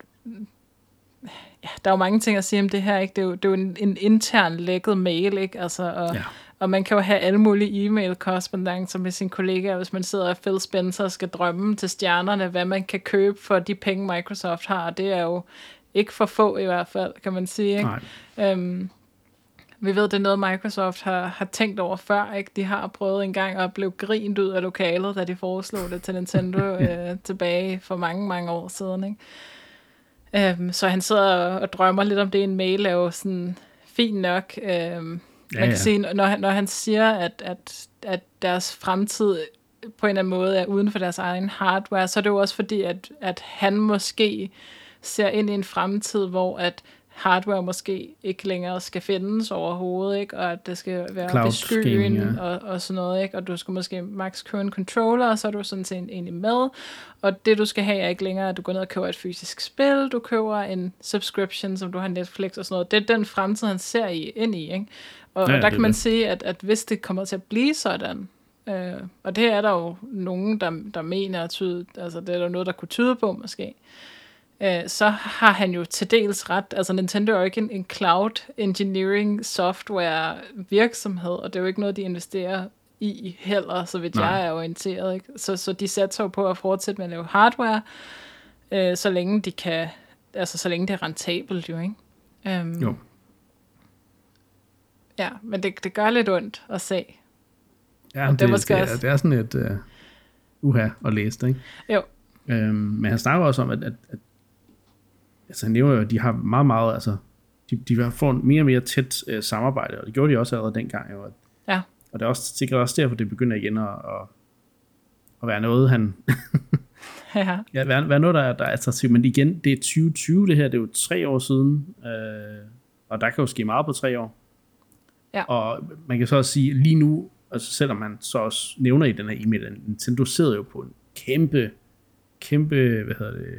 ja, der er jo mange ting at sige om det her, ikke? Det er jo en intern lækket mail, ikke? Altså, og man kan jo have alle mulige e-mail-korrespondancer med sine kollegaer, hvis man sidder og Phil Spencer og skal drømme til stjernerne, hvad man kan købe for de penge, Microsoft har. Det er jo ikke for få i hvert fald, kan man sige. Ikke? Vi ved, det er noget, Microsoft har tænkt over før. Ikke? De har prøvet en gang at blive grint ud af lokalet, da de foreslog det til Nintendo tilbage for mange, mange år siden. Ikke? Så han sidder og drømmer lidt om det. En mail er jo sådan fint nok. Man kan sige, når han siger, at deres fremtid på en eller anden måde er uden for deres egen hardware, så er det jo også fordi, at han måske ser ind i en fremtid, hvor at hardware måske ikke længere skal findes overhovedet, ikke? Og at det skal være oppe i skyen og sådan noget, ikke? Og du skal måske max købe en controller, og så er du sådan set egentlig med, og det du skal have er ikke længere, at du går ned og køber et fysisk spil, du køber en subscription, som du har Netflix og sådan noget. Det er den fremtid, han ser ind i, ikke? Og der kan man sige, at hvis det kommer til at blive sådan, og det er der jo nogen, der mener, altså det er der noget, der kunne tyde på måske, så har han jo til dels ret. Altså Nintendo er jo ikke en cloud engineering software virksomhed, og det er jo ikke noget, de investerer i heller, så vidt jeg er orienteret. Ikke? Så de satser jo på at fortsætte med at lave hardware, så længe de kan, altså så længe det er rentabelt jo, ikke? Jo. Ja, men det gør lidt ondt at se. Ja, det er sådan et uha at læse det, ikke? Jo. Men han snakker også om, at altså han nævner jo, at de har meget, meget, altså de får mere og mere tæt samarbejde, og det gjorde de også allerede dengang jo. Ja. Og det er også sikkert også derfor, det begynder igen at være noget, han være noget, der er attraktivt. Men igen, det er 2020 det her, det er jo 3 år siden, og der kan jo ske meget på 3 år. Ja. Og man kan så også sige, lige nu, altså selvom man så også nævner i den her e-mail, at Nintendo sidder jo på en kæmpe,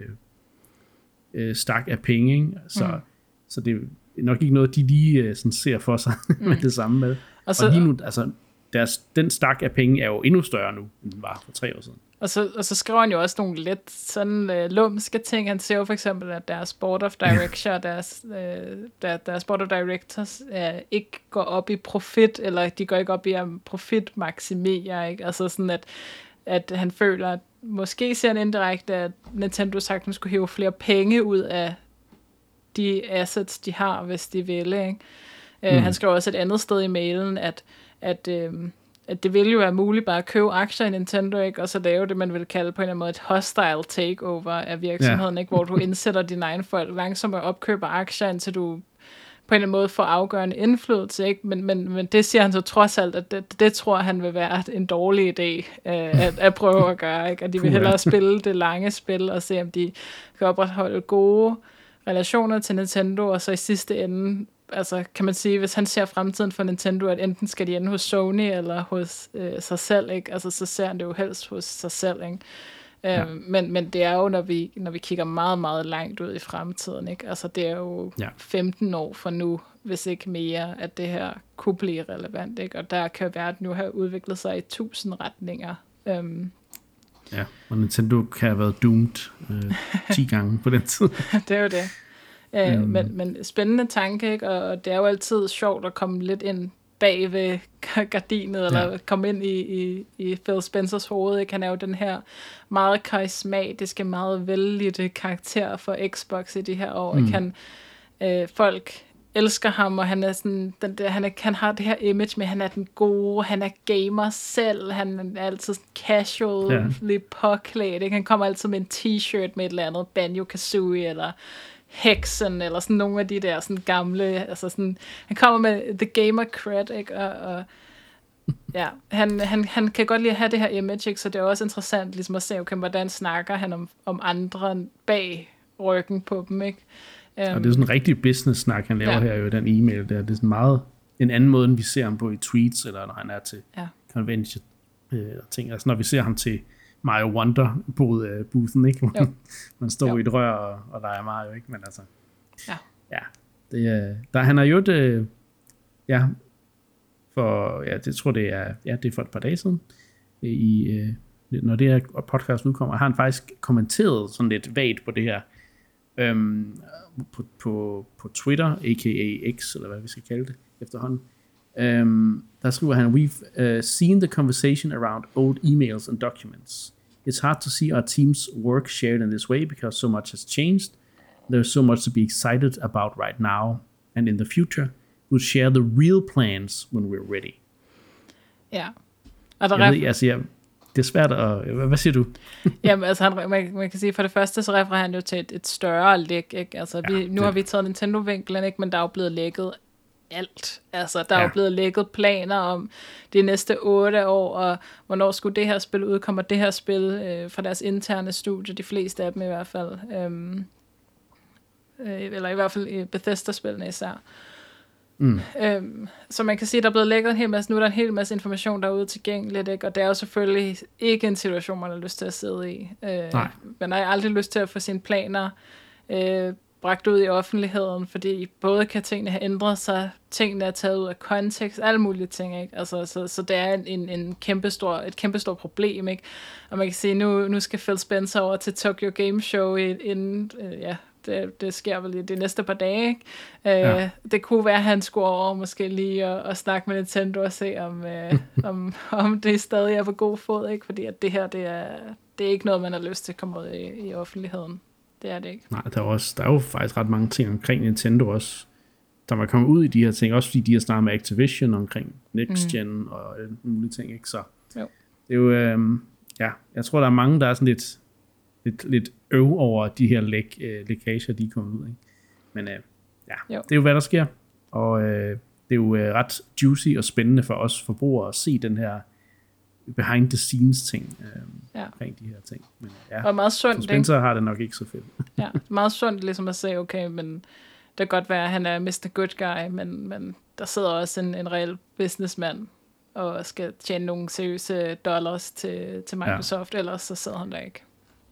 stak af penge, ikke? Så det er nok ikke noget, de lige sådan ser for sig med det samme med. Og lige nu, altså den stak af penge er jo endnu større nu, end den var for 3 år siden. Og så skriver han jo også nogle lidt sådan lumske ting. Han siger jo for eksempel, at deres board of directors, deres board of directors ikke går op i profit, eller de går ikke op i at profit maksimere, ikke? Altså sådan, at han føler, at måske ser han indirekte, at Nintendo sagtens skulle hæve flere penge ud af de assets, de har, hvis de vil, ikke? Han skrev også et andet sted i mailen, at det ville jo være muligt bare at købe aktier i Nintendo, ikke? Og så lave det, man vil kalde på en eller anden måde et hostile takeover af virksomheden, ikke? Hvor du indsætter dine egne folk langsomt og opkøber aktier, indtil du på en eller anden måde får afgørende indflydelse, ikke? Men det siger han så trods alt, at det tror han vil være en dårlig idé at prøve at gøre, ikke? Og de vil hellere spille det lange spil og se, om de kan opretholde gode relationer til Nintendo, og så i sidste ende, altså kan man sige, hvis han ser fremtiden for Nintendo, at enten skal de ende hos Sony eller hos sig selv, ikke? Altså så ser han det jo helst hos sig selv, ikke? Men det er jo, når vi kigger meget, meget langt ud i fremtiden, ikke? Altså, det er jo 15 år fra nu, hvis ikke mere, at det her kunne blive relevant, ikke? Og der kan verden jo have udviklet sig i 1000 retninger. Ja, og Nintendo kan have været doomed 10 gange på den tid. Det er jo det. Men spændende tanke, ikke? Og det er jo altid sjovt at komme lidt ind bag ved gardinet, eller komme ind i Phil Spencers hoved, ikke? Han er jo den her meget karismatiske, meget vellidte karakter for Xbox i de her år. Ikke? Folk elsker ham, og han er sådan, han har det her image med, han er den gode, han er gamer selv, han er altid casually påklædt, ikke? Han kommer altid med en t-shirt med et eller andet Banjo-Kazooie, eller Hexen, eller sådan nogle af de der sådan gamle, altså sådan, han kommer med the gamer cred, ikke? Og ja, han kan godt lide at have det her image, ikke? Så det er også interessant ligesom at se, okay, hvordan snakker han om andre bag ryggen på dem, ikke? Og det er sådan en rigtig business-snak, han laver her jo i den e-mail der. Det er sådan meget en anden måde, end vi ser ham på i tweets, eller når han er til convention ting. Altså når vi ser ham til Mario Wonder-boothen, ikke? Man står i et rør og leger Mario, ikke? Men altså, han har jo det tror det er for et par dage siden, når det her podcast udkommer, har han faktisk kommenteret sådan lidt vagt på det her, på Twitter, a.k.a. X, eller hvad vi skal kalde det efterhånden. Der skriver han, we've seen the conversation around old emails and documents. It's hard to see our team's work shared in this way because so much has changed. There's so much to be excited about right now, and in the future, we'll share the real plans when we're ready. Ja. Og der det er svært at... Hvad siger du? Jamen, altså, man kan sige, for det første, så refererer han jo til et større læk, ikke? Altså, nu har vi taget Nintendo-vinklen, ikke? Men der er jo blevet lækket alt. Altså, der er jo blevet lækket planer om de næste 8 år, og hvornår skulle det her spil ud, kommer det her spil fra deres interne studie, de fleste af dem i hvert fald. Eller i hvert fald Bethesda-spillene især. Så man kan sige, at der er blevet lækket en hel masse, nu er der en hel masse information derude tilgængeligt, ikke? Og det er jo selvfølgelig ikke en situation, man har lyst til at sidde i. Man har aldrig lyst til at få sine planer bragt ud i offentligheden, fordi både kan tingene have ændret sig, tingene er taget ud af kontekst, alle mulige ting, ikke? Altså, så det er et kæmpestort problem, ikke? Og man kan sige, nu skal Phil Spencer over til Tokyo Game Show inden, det sker vel i de næste par dage, ikke? Det kunne være, at han skulle over måske lige og snakke med Nintendo og se, om det stadig er på god fod, ikke? Fordi at det her, det er ikke noget, man har lyst til at komme ud i offentligheden. Det er det ikke. Nej, der er jo faktisk ret mange ting omkring Nintendo også, der var kommet ud i de her ting, også fordi de har snakket med Activision omkring Next Gen og mulige ting, ikke? Så det er jo, jeg tror, der er mange, der er sådan lidt over de her lækager, de er kommet ud, ikke? Men det er jo, hvad der sker, og det er jo ret juicy og spændende for os forbrugere at se den her behind the scenes ting omkring de her ting. Men og meget sundt, Spencer har det nok ikke så fedt. Meget sundt ligesom at se, okay, men det kan godt være, at han er Mr. Good Guy, men der sidder også en reel businessman og skal tjene nogle seriøse dollars til Microsoft, ellers så sidder han der ikke.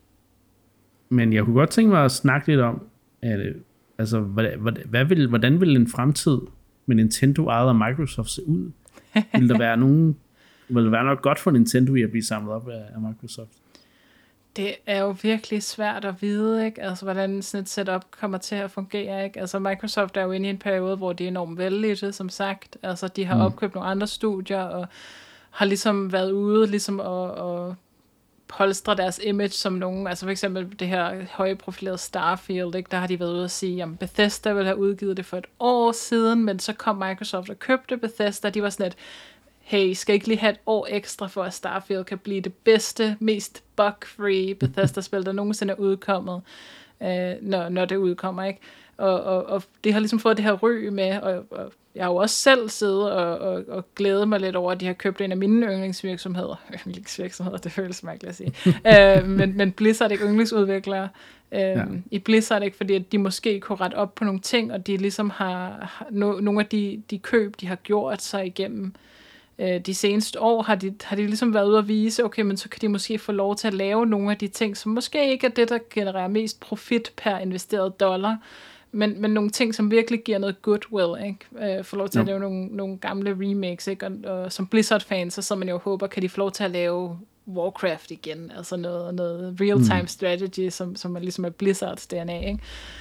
Men jeg kunne godt tænke mig at snakke lidt om, altså, hvordan vil en fremtid med Nintendo ejet af Microsoft se ud? Vil det være noget godt for Nintendo i at blive samlet op af Microsoft? Det er jo virkelig svært at vide, ikke? Altså, hvordan sådan et setup kommer til at fungere, ikke? Altså, Microsoft er jo inde i en periode, hvor de er enormt vellidte, som sagt. Altså, de har opkøbt nogle andre studier, og har ligesom været ude ligesom at polstre deres image som nogen, altså for eksempel det her højprofilerede Starfield, ikke? Der har de været ude at sige, at Bethesda ville have udgivet det for et år siden, men så kom Microsoft og købte Bethesda, de var sådan et, hey, skal ikke lige have et år ekstra for, at Starfield kan blive det bedste, mest bug-free Bethesda-spil, der nogensinde er udkommet, når det udkommer, ikke? Og det har ligesom fået det her ry med, og jeg har jo også selv siddet og glædet mig lidt over, at de har købt en af mine yndlingsvirksomheder, det føles mærkeligt at sige, men Blizzard ikke yndlingsudviklere, i Blizzard ikke, fordi at de måske kunne rette op på nogle ting, og de ligesom har nogle af de køb, de har gjort sig igennem de seneste år har de ligesom været ude at vise, okay, men så kan de måske få lov til at lave nogle af de ting, som måske ikke er det, der genererer mest profit per investeret dollar, men nogle ting, som virkelig giver noget goodwill, ikke? Få lov til at lave nogle gamle remakes, ikke? Og som Blizzard-fans, så man jo håber, kan de få lov til at lave Warcraft igen, altså noget real-time strategy, som er ligesom er Blizzards DNA, ikke?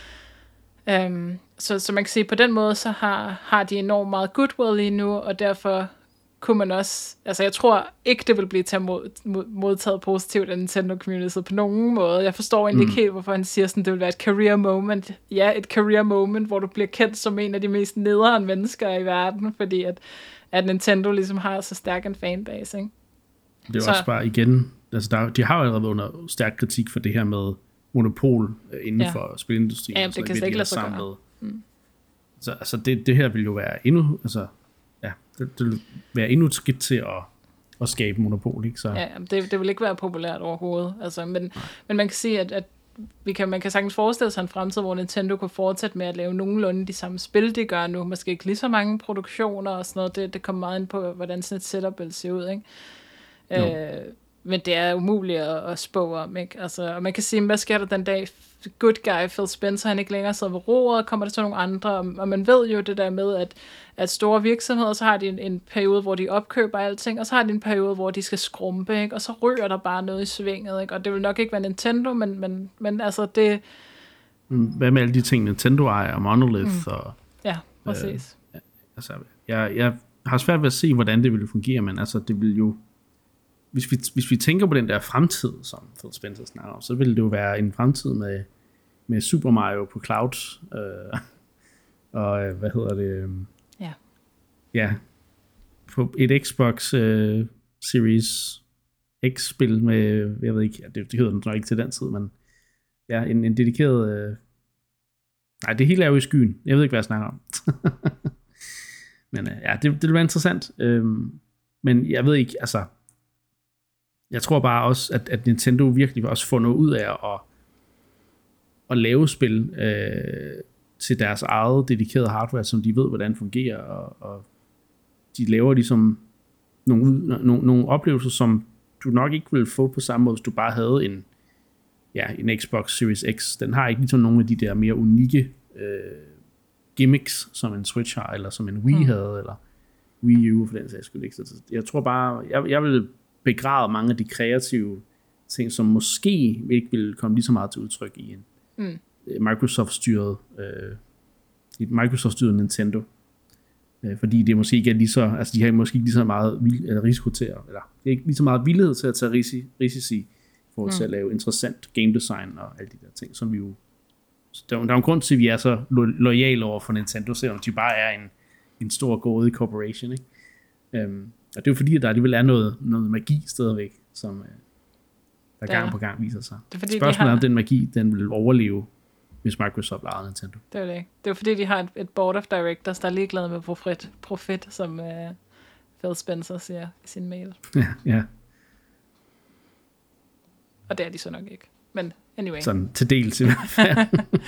Så man kan sige, på den måde, så har de enormt meget goodwill lige nu, og derfor kunne man også, altså jeg tror ikke, det vil blive modtaget positivt af Nintendo Community på nogen måde. Jeg forstår egentlig ikke helt, hvorfor han siger sådan, det vil være et career moment. Ja, et career moment, hvor du bliver kendt som en af de mest nederen mennesker i verden, fordi at Nintendo ligesom har så stærk en fanbase, ikke? Det er også bare igen, altså de har jo allerede under stærk kritik for det her med monopol inden for spilindustrien. Ja, det kan slet ikke lade sig gøre. Så altså det her vil jo være endnu, altså det vil være endnu et skridt til at skabe monopol, ikke? Så. Ja, det vil ikke være populært overhovedet. Altså, men man kan sige, at man kan sagtens forestille sig en fremtid, hvor Nintendo kunne fortsætte med at lave nogenlunde de samme spil, de gør nu. Måske ikke lige så mange produktioner og sådan noget. Det kommer meget ind på, hvordan sådan et setup vil se ud, ikke? Men det er umuligt at spå om, ikke? Altså, og man kan sige, hvad sker der den dag good guy Phil Spencer, han ikke længere sidder ved roret, kommer der så nogle andre, og man ved jo det der med, at store virksomheder, så har de en periode, hvor de opkøber alting, og så har de en periode, hvor de skal skrumpe, ikke? Og så ryger der bare noget i svinget, ikke? Og det vil nok ikke være Nintendo, men altså det... Hvad med alle de ting, Nintendo ejer, og Monolith og... Ja, præcis. Altså, jeg har svært ved at se, hvordan det ville fungere, men altså, det vil jo... Hvis vi tænker på den der fremtid, som Phil Spencer snakker om, så vil det jo være en fremtid med Super Mario på cloud, og hvad hedder det? Ja, på et Xbox Series X-spil med, jeg ved ikke, det hedder den nok ikke til den tid, men ja, en dedikeret... nej, det hele er jo i skyen. Jeg ved ikke, hvad jeg snakker om. Men ja, det vil være interessant. Men jeg ved ikke, altså... Jeg tror bare også, at Nintendo virkelig også får noget ud af at lave spil til deres eget dedikerede hardware, som de ved, hvordan fungerer, og de laver ligesom nogle oplevelser, som du nok ikke ville få på samme måde, hvis du bare havde en Xbox Series X. Den har ikke ligesom nogle af de der mere unikke gimmicks, som en Switch har, eller som en Wii havde, eller Wii U for den sags skyld. Jeg tror bare, jeg vil begrave mange af de kreative ting, som måske ikke vil komme lige så meget til udtryk i en Microsoft-styret Nintendo. Fordi det måske ikke er lige så, altså de har måske ikke lige så meget risiko til, eller det er ikke lige så meget villighed til at tage risici for til at lave interessant game design og alle de der ting, som vi jo... Der er en grund til, at vi er så loyale over for Nintendo, selvom de bare er en stor grådig corporation, ikke? Og det er jo fordi, at der alligevel er noget magi stadigvæk, som der gang på gang viser sig. Spørgsmålet er, om den magi, den vil overleve, hvis Microsoft ejede Nintendo. Det er det ikke. Det er jo fordi, de har et board of directors, der er ligeglade med profit, som Phil Spencer siger i sin mail. Ja. Og det er de så nok ikke. Men anyway. Sådan til dels i hvert fald.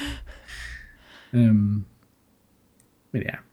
Men ja.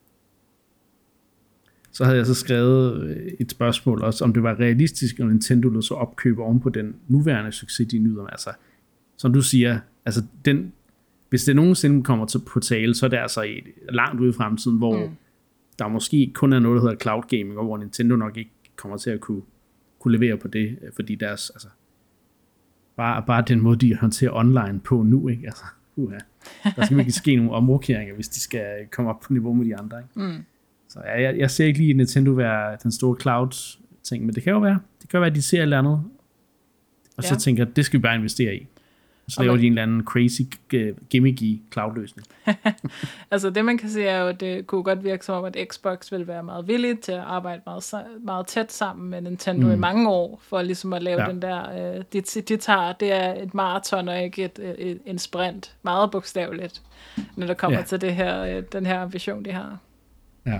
Så havde jeg så skrevet et spørgsmål også, om det var realistisk, om Nintendo lod så opkøbe oven på den nuværende succes, de nyder. Altså, som du siger, altså hvis det nogensinde kommer på tale, så er det altså langt ude i fremtiden, hvor der måske kun er noget, der hedder cloud gaming, og hvor Nintendo nok ikke kommer til at kunne levere på det, fordi deres, altså, bare den måde, de håndterer online på nu, ikke? Altså, der skal virkelig ske nogle omrokeringer, hvis de skal komme op på niveau med de andre, ikke? Så jeg ser ikke lige Nintendo være den store cloud-ting, men det kan jo være. Det kan jo være, at de ser et eller andet, og så tænker at det skal vi bare investere i. Så laver de en eller anden crazy, gimmicky cloud-løsning. Altså det man kan sige er jo, at det kunne godt virke som om, at Xbox vil være meget villig til at arbejde meget, meget tæt sammen med Nintendo i mange år, for ligesom at lave den der, det er et maraton og ikke en sprint, meget bogstaveligt, når der kommer til det her, den her ambition, de har. Ja.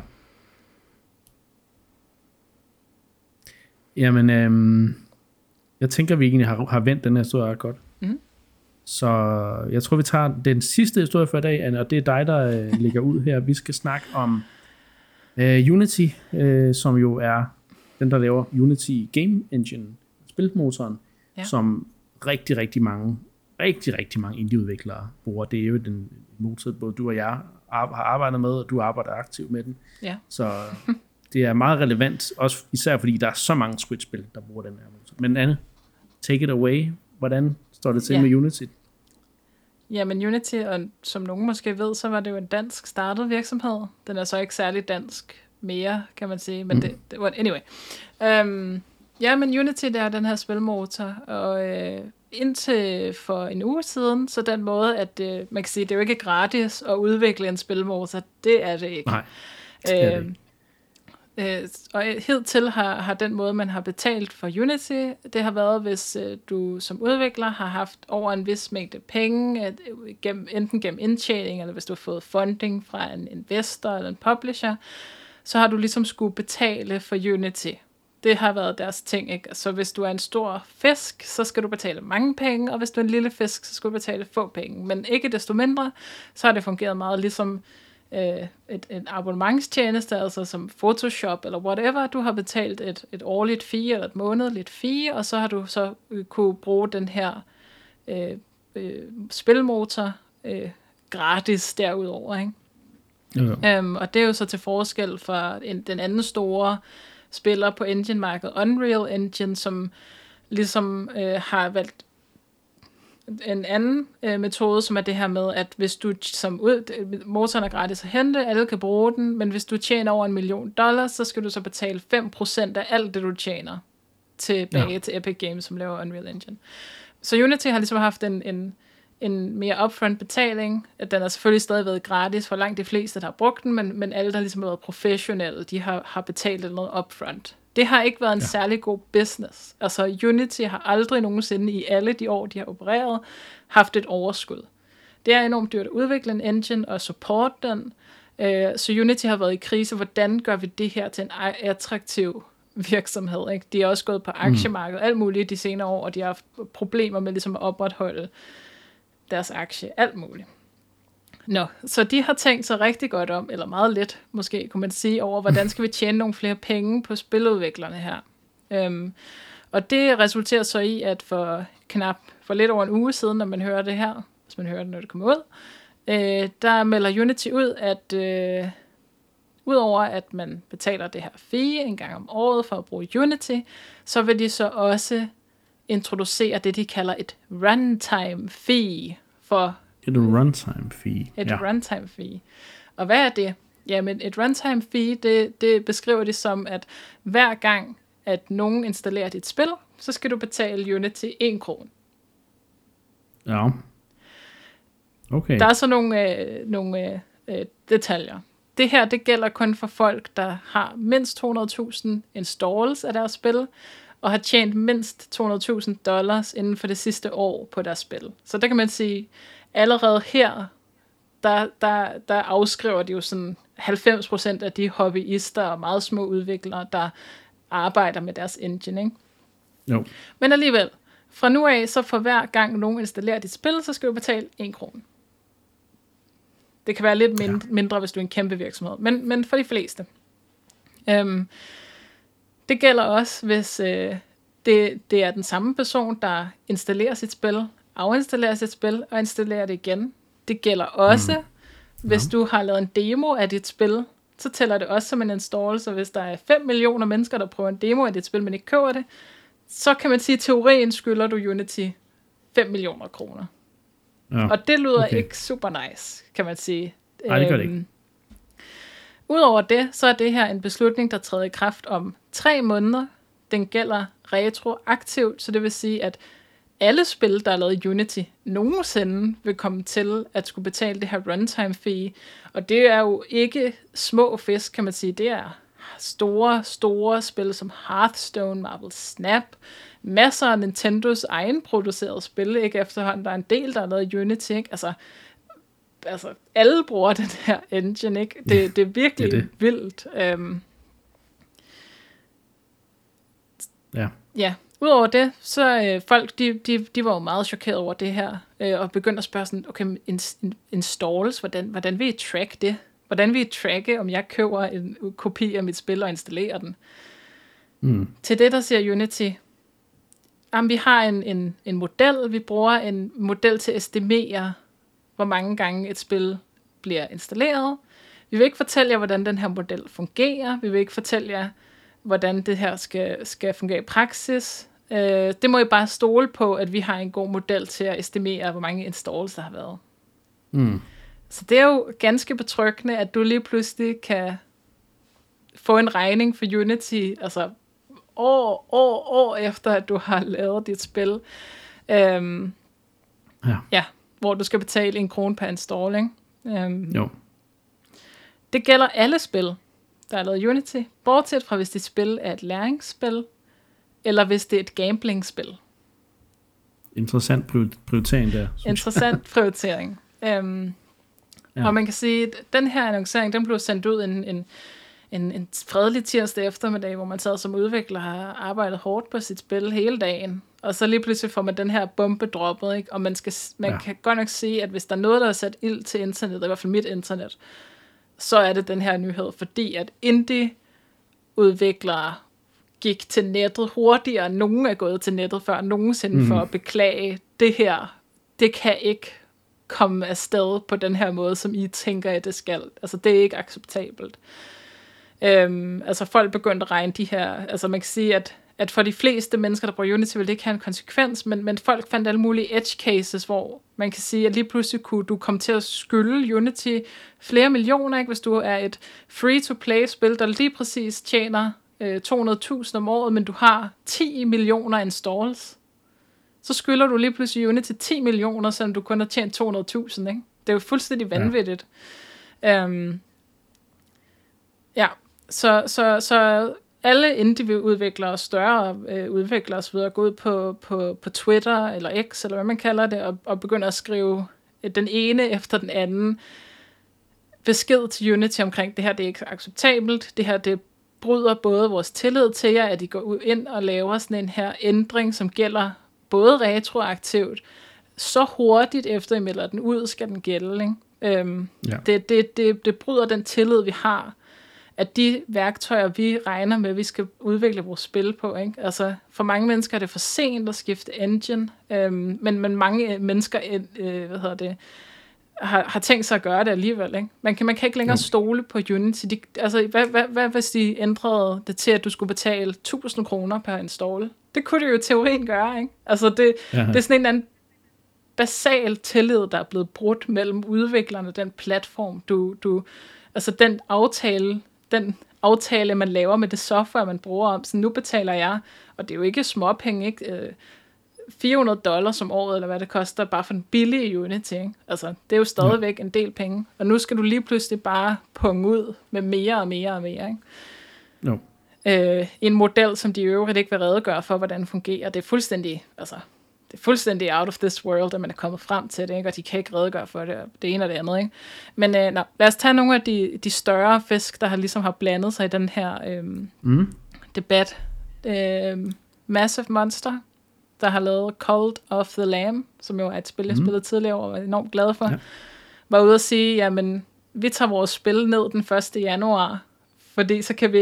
Jamen, jeg tænker, vi egentlig har vendt den her historie ret godt. Så jeg tror, vi tager den sidste historie for i dag, og det er dig, der ligger ud her. Vi skal snakke om Unity, som jo er den, der laver Unity Game Engine, spilmotoren, som rigtig mange indie-udviklere bruger. Det er jo den motor, både du og jeg har arbejdet med, og du arbejder aktivt med den. Ja. Så det er meget relevant, også især fordi der er så mange Switch-spil, der bruger den her motor. Men Anne, take it away. Hvordan står det til med Unity? Ja, men Unity, og som nogen måske ved, så var det jo en dansk startet virksomhed. Den er så ikke særlig dansk mere, kan man sige, men det var anyway. Ja, men Unity, det er den her spilmotor, og indtil for en uge siden, så den måde, at man kan sige, det er jo ikke gratis at udvikle en spilmotor, det er det ikke. Nej, det er det ikke. Og hidtil har den måde, man har betalt for Unity, det har været, hvis du som udvikler har haft over en vis mængde penge, enten gennem indtjening, eller hvis du har fået funding fra en investor eller en publisher, så har du ligesom skulle betale for Unity. Det har været deres ting, ikke? Så hvis du er en stor fisk, så skal du betale mange penge, og hvis du er en lille fisk, så skal du betale få penge. Men ikke desto mindre, så har det fungeret meget ligesom en abonnementstjeneste, altså som Photoshop eller whatever. Du har betalt et årligt fee eller et månedligt fee, og så har du så kunne bruge den her spilmotor gratis derudover, ikke? Og det er jo så til forskel fra den anden store spiller på engine-markedet, Unreal Engine, som ligesom har valgt en anden metode, som er det her med, at hvis du motoren er gratis at hente, alle kan bruge den, men hvis du tjener over $1 million, så skal du så betale 5% af alt det, du tjener tilbage til Epic Games, som laver Unreal Engine. Så Unity har ligesom haft en mere upfront betaling. Den har selvfølgelig stadig været gratis for langt de fleste, der har brugt den, men alle, der ligesom har været professionelle, de har betalt noget upfront. Det har ikke været en særlig god business. Altså Unity har aldrig nogensinde i alle de år, de har opereret, haft et overskud. Det er enormt dyrt at udvikle en engine og support den. Så Unity har været i krise. Hvordan gør vi det her til en attraktiv virksomhed? Ikke? De er også gået på aktiemarkedet, alt muligt de senere år, og de har haft problemer med ligesom at opretholde deres aktie, alt muligt. Så de har tænkt sig rigtig godt om, eller meget lidt måske, kunne man sige, over, hvordan skal vi tjene nogle flere penge på spiludviklerne her. Og det resulterer så i, at for lidt over en uge siden, når man hører det her, hvis man hører det, når det kommer ud, der melder Unity ud, at udover at man betaler det her fee en gang om året for at bruge Unity, så vil de så også introducere det, de kalder et runtime fee for et runtime fee. Runtime fee. Og hvad er det? Jamen, et runtime fee, det beskriver det som, at hver gang, at nogen installerer dit spil, så skal du betale Unity 1 krone. Ja. Okay. Der er så nogle detaljer. Det her, det gælder kun for folk, der har mindst $200,000 installs af deres spil, og har tjent mindst $200,000 inden for det sidste år på deres spil. Så der kan man sige, allerede her, der afskriver de jo sådan 90% af de hobbyister og meget små udviklere, der arbejder med deres engine, ikke? Jo. Men alligevel, fra nu af, så for hver gang nogen installerer dit spil, så skal du betale 1 krone. Det kan være lidt mindre, hvis du er en kæmpe virksomhed, men for de fleste. Det gælder også, hvis det er den samme person, der installerer sit spil, afinstallerer sit spil og installerer det igen. Det gælder også, hvis du har lavet en demo af dit spil, så tæller det også som en install, så hvis der er 5 millioner mennesker, der prøver en demo af dit spil, men ikke køber det, så kan man sige, at teorien skylder du Unity 5 millioner kroner. Ja, og det lyder ikke super nice, kan man sige. Nej, det gør det ikke. Udover det, så er det her en beslutning, der træder i kraft om 3 måneder. Den gælder retroaktivt, så det vil sige, at alle spil, der er lavet i Unity, nogensinde vil komme til at skulle betale det her runtime fee. Og det er jo ikke små fisk, kan man sige. Det er store spil som Hearthstone, Marvel Snap, masser af Nintendos egenproducerede spil, ikke? Efterhånden der er en del, der er lavet i Unity, ikke? Altså alle bruger den her engine, ikke? Det er virkelig vildt. Ja. Udover det, så folk, de var jo meget chokeret over det her, og begyndte at spørge sådan, okay, installs, hvordan vil I track det? Hvordan vil I tracke, om jeg køber en kopi af mit spil og installerer den? Til det, der siger Unity, vi har en model, vi bruger en model til at estimere, hvor mange gange et spil bliver installeret. Vi vil ikke fortælle jer, hvordan den her model fungerer. Vi vil ikke fortælle jer, hvordan det her skal fungere i praksis. Det må I bare stole på, at vi har en god model til at estimere, hvor mange installs der har været. Så det er jo ganske betryggende, at du lige pludselig kan få en regning for Unity, altså år efter, at du har lavet dit spil. Hvor du skal betale 1 krone per installing. Jo. Det gælder alle spil, der er lavet Unity, bortset fra hvis dit spil er et læringsspil, eller hvis det er et gamblingspil. Interessant prioritering der. Interessant prioritering. Og man kan sige, at den her annoncering, den blev sendt ud en fredelig tirsdag eftermiddag, hvor man sad som udvikler og har arbejdet hårdt på sit spil hele dagen. Og så lige pludselig får man den her bombe droppet, ikke? Og man kan godt nok sige, at hvis der er noget, der er sat ild til internettet, i hvert fald mit internet, så er det den her nyhed, fordi at indie-udviklere gik til nettet hurtigere, end nogen er gået til nettet før nogensinde for at beklage, det her, det kan ikke komme afsted på den her måde, som I tænker, at det skal. Altså, det er ikke acceptabelt. Altså, folk begyndte at regne de her, altså man kan sige, at for de fleste mennesker, der bruger Unity, vil det ikke have en konsekvens, men folk fandt alle mulige edge cases, hvor man kan sige, at lige pludselig kunne du komme til at skylde Unity flere millioner, ikke? Hvis du er et free-to-play-spil, der lige præcis tjener 200.000 om året, men du har 10 millioner installs, så skylder du lige pludselig Unity 10 millioner, selvom du kun har tjent 200.000, ikke? Det er jo fuldstændig vanvittigt. Så alle indie-udviklere, større udviklere osv. går ud på Twitter eller X, eller hvad man kalder det, og begynder at skrive den ene efter den anden besked til Unity omkring, det her det er ikke acceptabelt, det her det bryder både vores tillid til jer, at I går ind og laver sådan en her ændring, som gælder både retroaktivt, så hurtigt efter I melder den ud, skal den gælde. Ikke? Det bryder den tillid, vi har, at de værktøjer, vi regner med, vi skal udvikle vores spil på. Ikke? Altså, for mange mennesker er det for sent at skifte engine, men mange mennesker har tænkt sig at gøre det alligevel. Ikke? Man kan ikke længere stole på Unity. Hvad hvis de ændrede det til, at du skulle betale 1.000 kroner per install? Det kunne det jo i teorien gøre. Ikke? Altså, det er sådan en eller anden basal tillid, der er blevet brudt mellem udviklerne, den platform, altså den aftale, man laver med det software, man bruger om, så nu betaler jeg, og det er jo ikke småpenge, ikke? $400 om året, eller hvad det koster, bare for en billig Unity, ikke? Altså, det er jo stadigvæk en del penge, og nu skal du lige pludselig bare punge ud med mere og mere og mere, ikke? Jo. En model, som de i øvrigt ikke vil redegøre for, hvordan den fungerer, det er fuldstændig out of this world, at man er kommet frem til det, ikke? Og de kan ikke redegøre for det ene og det andet. Ikke? Men lad os tage nogle af de større fisk, der ligesom har blandet sig i den her debat. Massive Monster, der har lavet Cult of the Lamb, som jo er et spil, jeg spillede tidligere og var enormt glad for, var ude at sige, jamen, vi tager vores spil ned den 1. januar, fordi så skal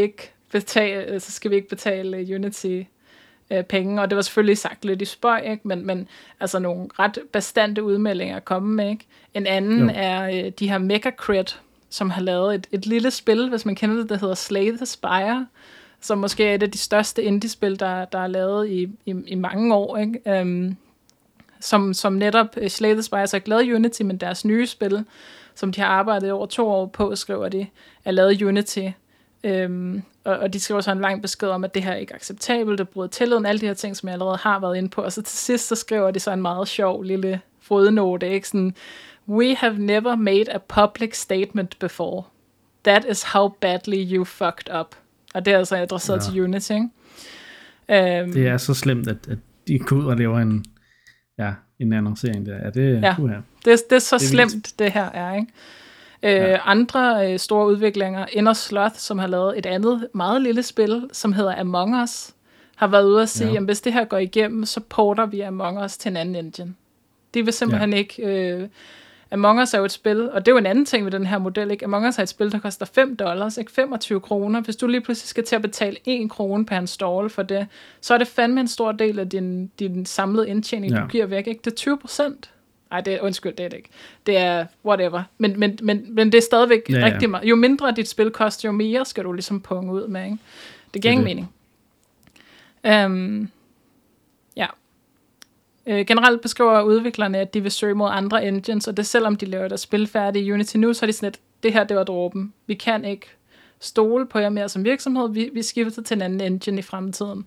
vi ikke betale Unity penge, og det var selvfølgelig sagt lidt i spøg, ikke? Men altså nogle ret bastante udmeldinger at komme med, ikke? En anden er de her Megacrit, som har lavet et lille spil, hvis man kender det, der hedder Slay the Spire, som måske er et af de største indie-spil, der er lavet i mange år, ikke? Som netop Slay the Spire, så ikke lavet Unity, men deres nye spil, som de har arbejdet over 2 år på, skriver de, er lavet Unity. Og de skriver så en lang besked om, at det her ikke er acceptabelt, det bryder tilliden, alle de her ting, som jeg allerede har været inde på, og så til sidst, så skriver de så en meget sjov lille fodnote, ikke? Sådan, we have never made a public statement before. That is how badly you fucked up. Og det er altså adresseret til Unity, ikke? Det er så slemt, at de går ud og laver en annoncering der. Det er så slemt, det her er, ikke? Andre store udviklinger, Inner Sloth, som har lavet et andet meget lille spil, som hedder Among Us, har været ude at sige, at hvis det her går igennem, så porter vi Among Us til en anden engine. De vil simpelthen ikke Among Us er jo et spil, og det er jo en anden ting ved den her model, ikke? Among Us er et spil, der koster $5, ikke? 25 kroner. Hvis du lige pludselig skal til at betale 1 krone per en stall for det, så er det fandme en stor del af din samlede indtjening, du giver væk, ikke? Det er 20%. Nej, det er, undskyld, det er det ikke. Det er whatever. Men det er stadigvæk rigtig meget. Jo mindre dit spil koster, jo mere skal du ligesom punge ud med, ikke? Det giver ingen mening. Generelt beskriver udviklerne, at de vil søge mod andre engines, og det selvom de laver deres spil færdige i Unity nu, så er de sådan lidt, det her, det var dråben. Vi kan ikke stole på jer mere som virksomhed, vi skifter til en anden engine i fremtiden.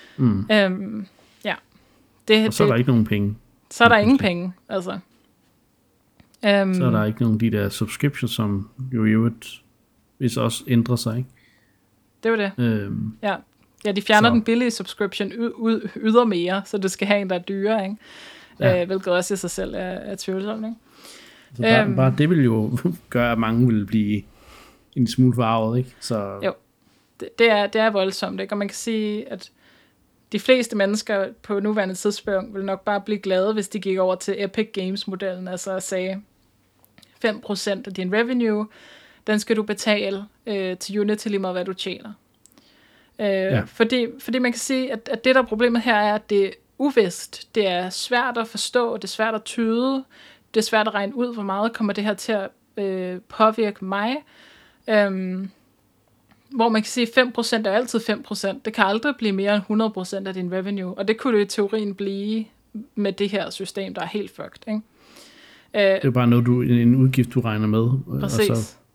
Og så er der ikke nogen penge. Så er der ingen penge, altså. Så er der ikke nogen af de der subscriptions, som jo i øvrigt hvis også ændrer sig, ikke? Det var det. Ja, de fjerner den billige subscription ydermere, så du skal have en, der er dyrere, ikke? Ja. Hvilket også i sig selv er tvivlsomt, ikke? Så bare det vil jo gøre, at mange vil blive en smule forarvet, ikke? Så... Jo, det er voldsomt, ikke? Og man kan sige, at de fleste mennesker på nuværende tidspunkt vil nok bare blive glade, hvis de gik over til Epic Games-modellen, altså sagde 5% af din revenue, den skal du betale til Unity lige meget, hvad du tjener. Fordi man kan sige, at det der er problemet her er, at det er uvist. Det er svært at forstå, det er svært at tyde, det er svært at regne ud, hvor meget kommer det her til at påvirke mig. Hvor man kan sige, 5% er altid 5%. Det kan aldrig blive mere end 100% af din revenue, og det kunne det i teorien blive med det her system, der er helt fucked, ikke? Det er bare noget, en udgift, du regner med. Præcis. Og så,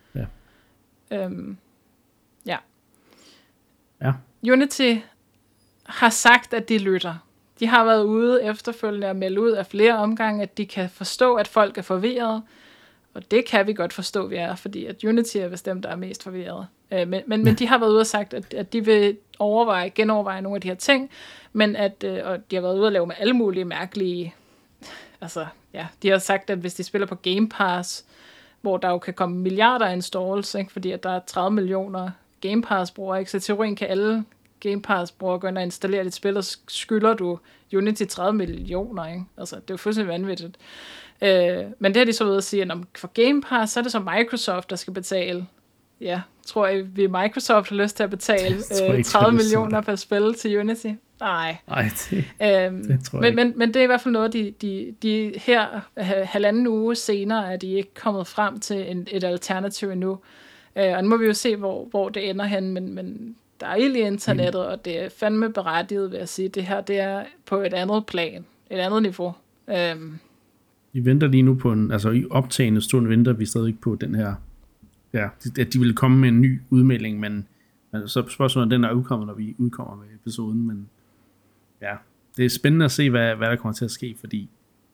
ja. Unity har sagt, at de lytter. De har været ude efterfølgende og melde ud af flere omgange, at de kan forstå, at folk er forvirrede. Og det kan vi godt forstå, vi er, fordi at Unity er bestemt, der er mest forvirret. Men de har været ude og sagt, at de vil genoverveje nogle af de her ting, men og de har været ude og lave med alle mulige mærkelige... Altså, ja, de har sagt, at hvis de spiller på Game Pass, hvor der jo kan komme milliarder installs, ikke, fordi at der er 30 millioner Game Pass-brugere, ikke? Så i teorien kan alle Game Pass-brugere gå ind og installere dit spil, og skylder du Unity 30 millioner, ikke? Altså, det er jo fuldstændig vanvittigt. Men det har de så ved at sige, at for Game Pass, så er det så Microsoft, der skal betale. Ja, tror jeg, vi Microsoft har lyst til at betale 30 millioner per spil til Unity? Nej. Det tror jeg ikke. Men det er i hvert fald noget, de her 1,5 uge senere, er de ikke kommet frem til et alternativ endnu. Og nu må vi jo se, hvor det ender hen, men der er ild i internettet, og det er fandme berettiget, vil jeg sige. Det her, det er på et andet plan, et andet niveau. Vi venter lige nu på i optagende stund venter vi stadig på den her, at de vil komme med en ny udmelding, men så spørgsmålet, den er udkommet, når vi udkommer med episoden, men ja, det er spændende at se, hvad der kommer til at ske, fordi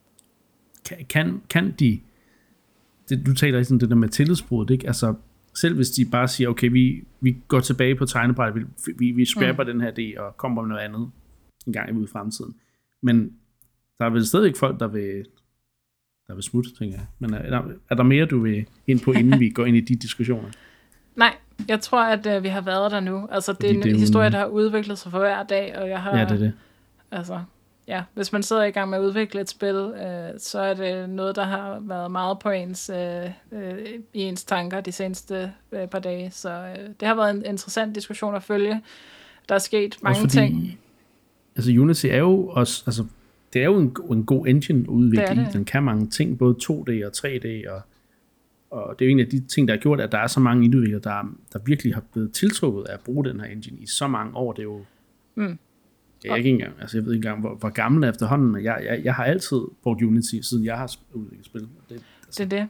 kan de, du taler i sådan det der med tillidsbrud, ikke? Altså, selv hvis de bare siger, okay, vi går tilbage på tegnebrættet, vi scrapper den her idé og kommer med noget andet en gang ude i fremtiden, men der er vel stadig folk, der vil smutte, tænker jeg. Men er der mere, du vil ind på, inden vi går ind i de diskussioner? Nej, jeg tror, at vi har været der nu. Altså, det er en historie, der har udviklet sig for hver dag, og jeg har... Ja, det er det. Altså, ja, hvis man sidder i gang med at udvikle et spil, så er det noget, der har været meget på i ens tanker de seneste par dage. Så det har været en interessant diskussion at følge. Der er sket mange ting. Altså, Unity er jo også... Altså, det er jo en god engine at udvikle. Den kan mange ting, både 2D og 3D, og det er jo en af de ting, der har gjort, at der er så mange udviklere, der virkelig har blevet tiltrukket af at bruge den her engine i så mange år. Det er jo... Jeg ved ikke engang, hvor gammel er efterhånden. Jeg har altid brugt Unity, siden jeg har udviklet spil. Det er det.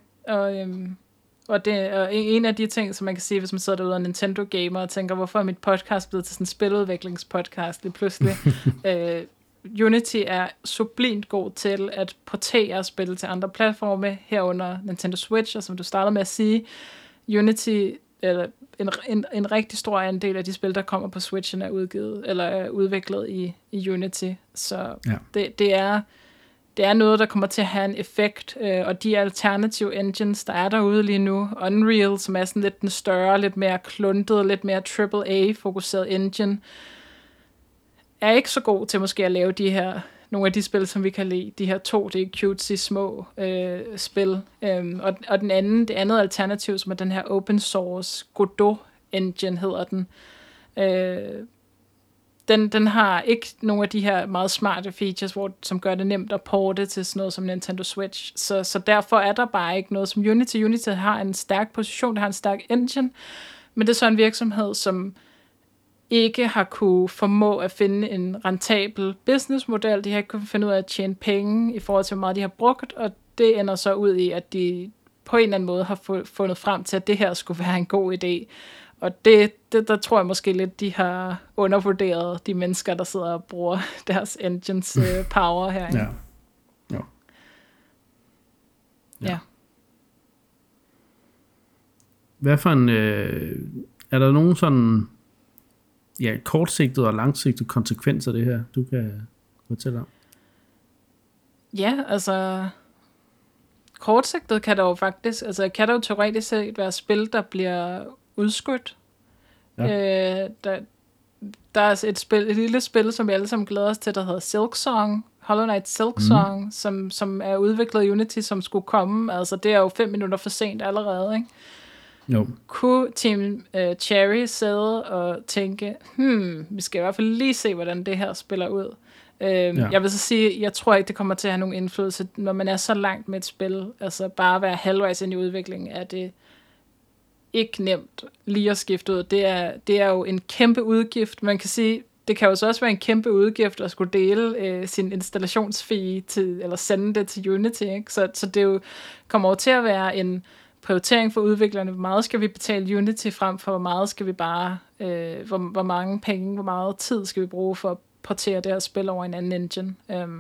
Og en af de ting, som man kan sige, hvis man sidder derude og Nintendo gamer og tænker, hvorfor er mit podcast blevet til sådan en spiludviklingspodcast lige pludselig? Unity er sublimt god til at portere spil til andre platforme, herunder Nintendo Switch, og som du startede med at sige, Unity, eller en rigtig stor andel af de spil, der kommer på Switchen, er udviklet i Unity. Så det er noget, der kommer til at have en effekt, og de alternative engines, der er derude lige nu, Unreal, som er sådan lidt den større, lidt mere kluntet, lidt mere AAA-fokuseret engine, er ikke så god til måske at lave de her nogle af de spil, som vi kan lide, de her 2D cutesy små spil. Og det andet alternativ, som er den her open source Godot engine, hedder den. Den har ikke nogle af de her meget smarte features, som gør det nemt at porte til sådan noget som Nintendo Switch. Så derfor er der bare ikke noget som Unity. Unity har en stærk position, det har en stærk engine, men det er så en virksomhed, som ikke har kunne formå at finde en rentabel businessmodel. De har ikke kunne finde ud af at tjene penge i forhold til, hvor meget de har brugt, og det ender så ud i, at de på en eller anden måde har fundet frem til, at det her skulle være en god idé. Og det der tror jeg måske lidt, de har undervurderet de mennesker, der sidder og bruger deres engines power her. Ja. Ja. Hvad for en... er der nogen sådan kortsigtede og langsigtede konsekvenser af det her, du kan fortælle om? Ja, altså... Kortsigtet kan der jo faktisk... Altså kan der jo teoretisk set være spil, der bliver udskudt. Ja. Der er et lille spil, som vi alle sammen glæder os til, der hedder Silksong. Hollow Knight Silksong, som er udviklet i Unity, som skulle komme. Altså det er jo 5 minutter for sent allerede, ikke? Jo. Kunne Team Cherry sidde og tænke, vi skal i hvert fald lige se, hvordan det her spiller ud. Jeg vil så sige, jeg tror ikke, det kommer til at have nogen indflydelse, når man er så langt med et spil. Altså bare at være halvvejs ind i udviklingen, er det ikke nemt lige at skifte ud. Det er jo en kæmpe udgift. Man kan sige, det kan jo så også være en kæmpe udgift at skulle dele sin installationsfee til, eller sende det til Unity, ikke? Så det jo kommer over til at være en prioritering for udviklerne. Hvor meget skal vi betale Unity frem for, hvor meget skal vi bare, hvor mange penge, hvor meget tid skal vi bruge for at portere det her spil over en anden engine.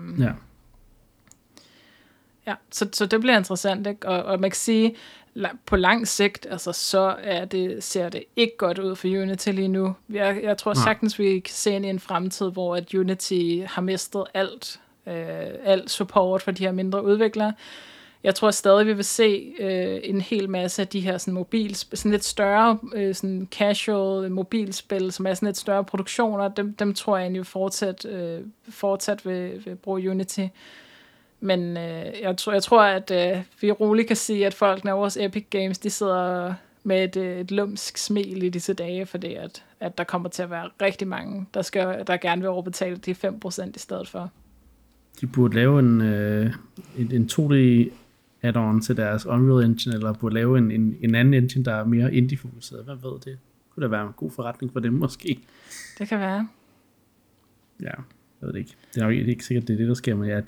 Ja, så det bliver interessant, ikke? Og man kan sige, på lang sigt, altså så ser det ikke godt ud for Unity lige nu. Jeg tror sagtens, vi kan se ind i en fremtid, hvor at Unity har mistet alt support for de her mindre udviklere. Jeg tror stadig, vi vil se en hel masse af de her sådan lidt større sådan casual mobilspil, som er sådan lidt større produktioner. Dem tror jeg egentlig fortsat vil bruge Unity. Men jeg tror, at vi roligt kan sige, at folk af vores Epic Games, de sidder med et lumsk smil i disse dage, fordi at der kommer til at være rigtig mange, der gerne vil overbetale de 5% i stedet for. De burde lave en 2D add-on til deres Unreal Engine, eller burde lave en anden engine, der er mere indie-fokuseret. Hvad ved det? Kunne da være en god forretning for dem måske? Det kan være. Ja, jeg ved det ikke. Det er jo ikke sikkert, det er det, der sker, men ja,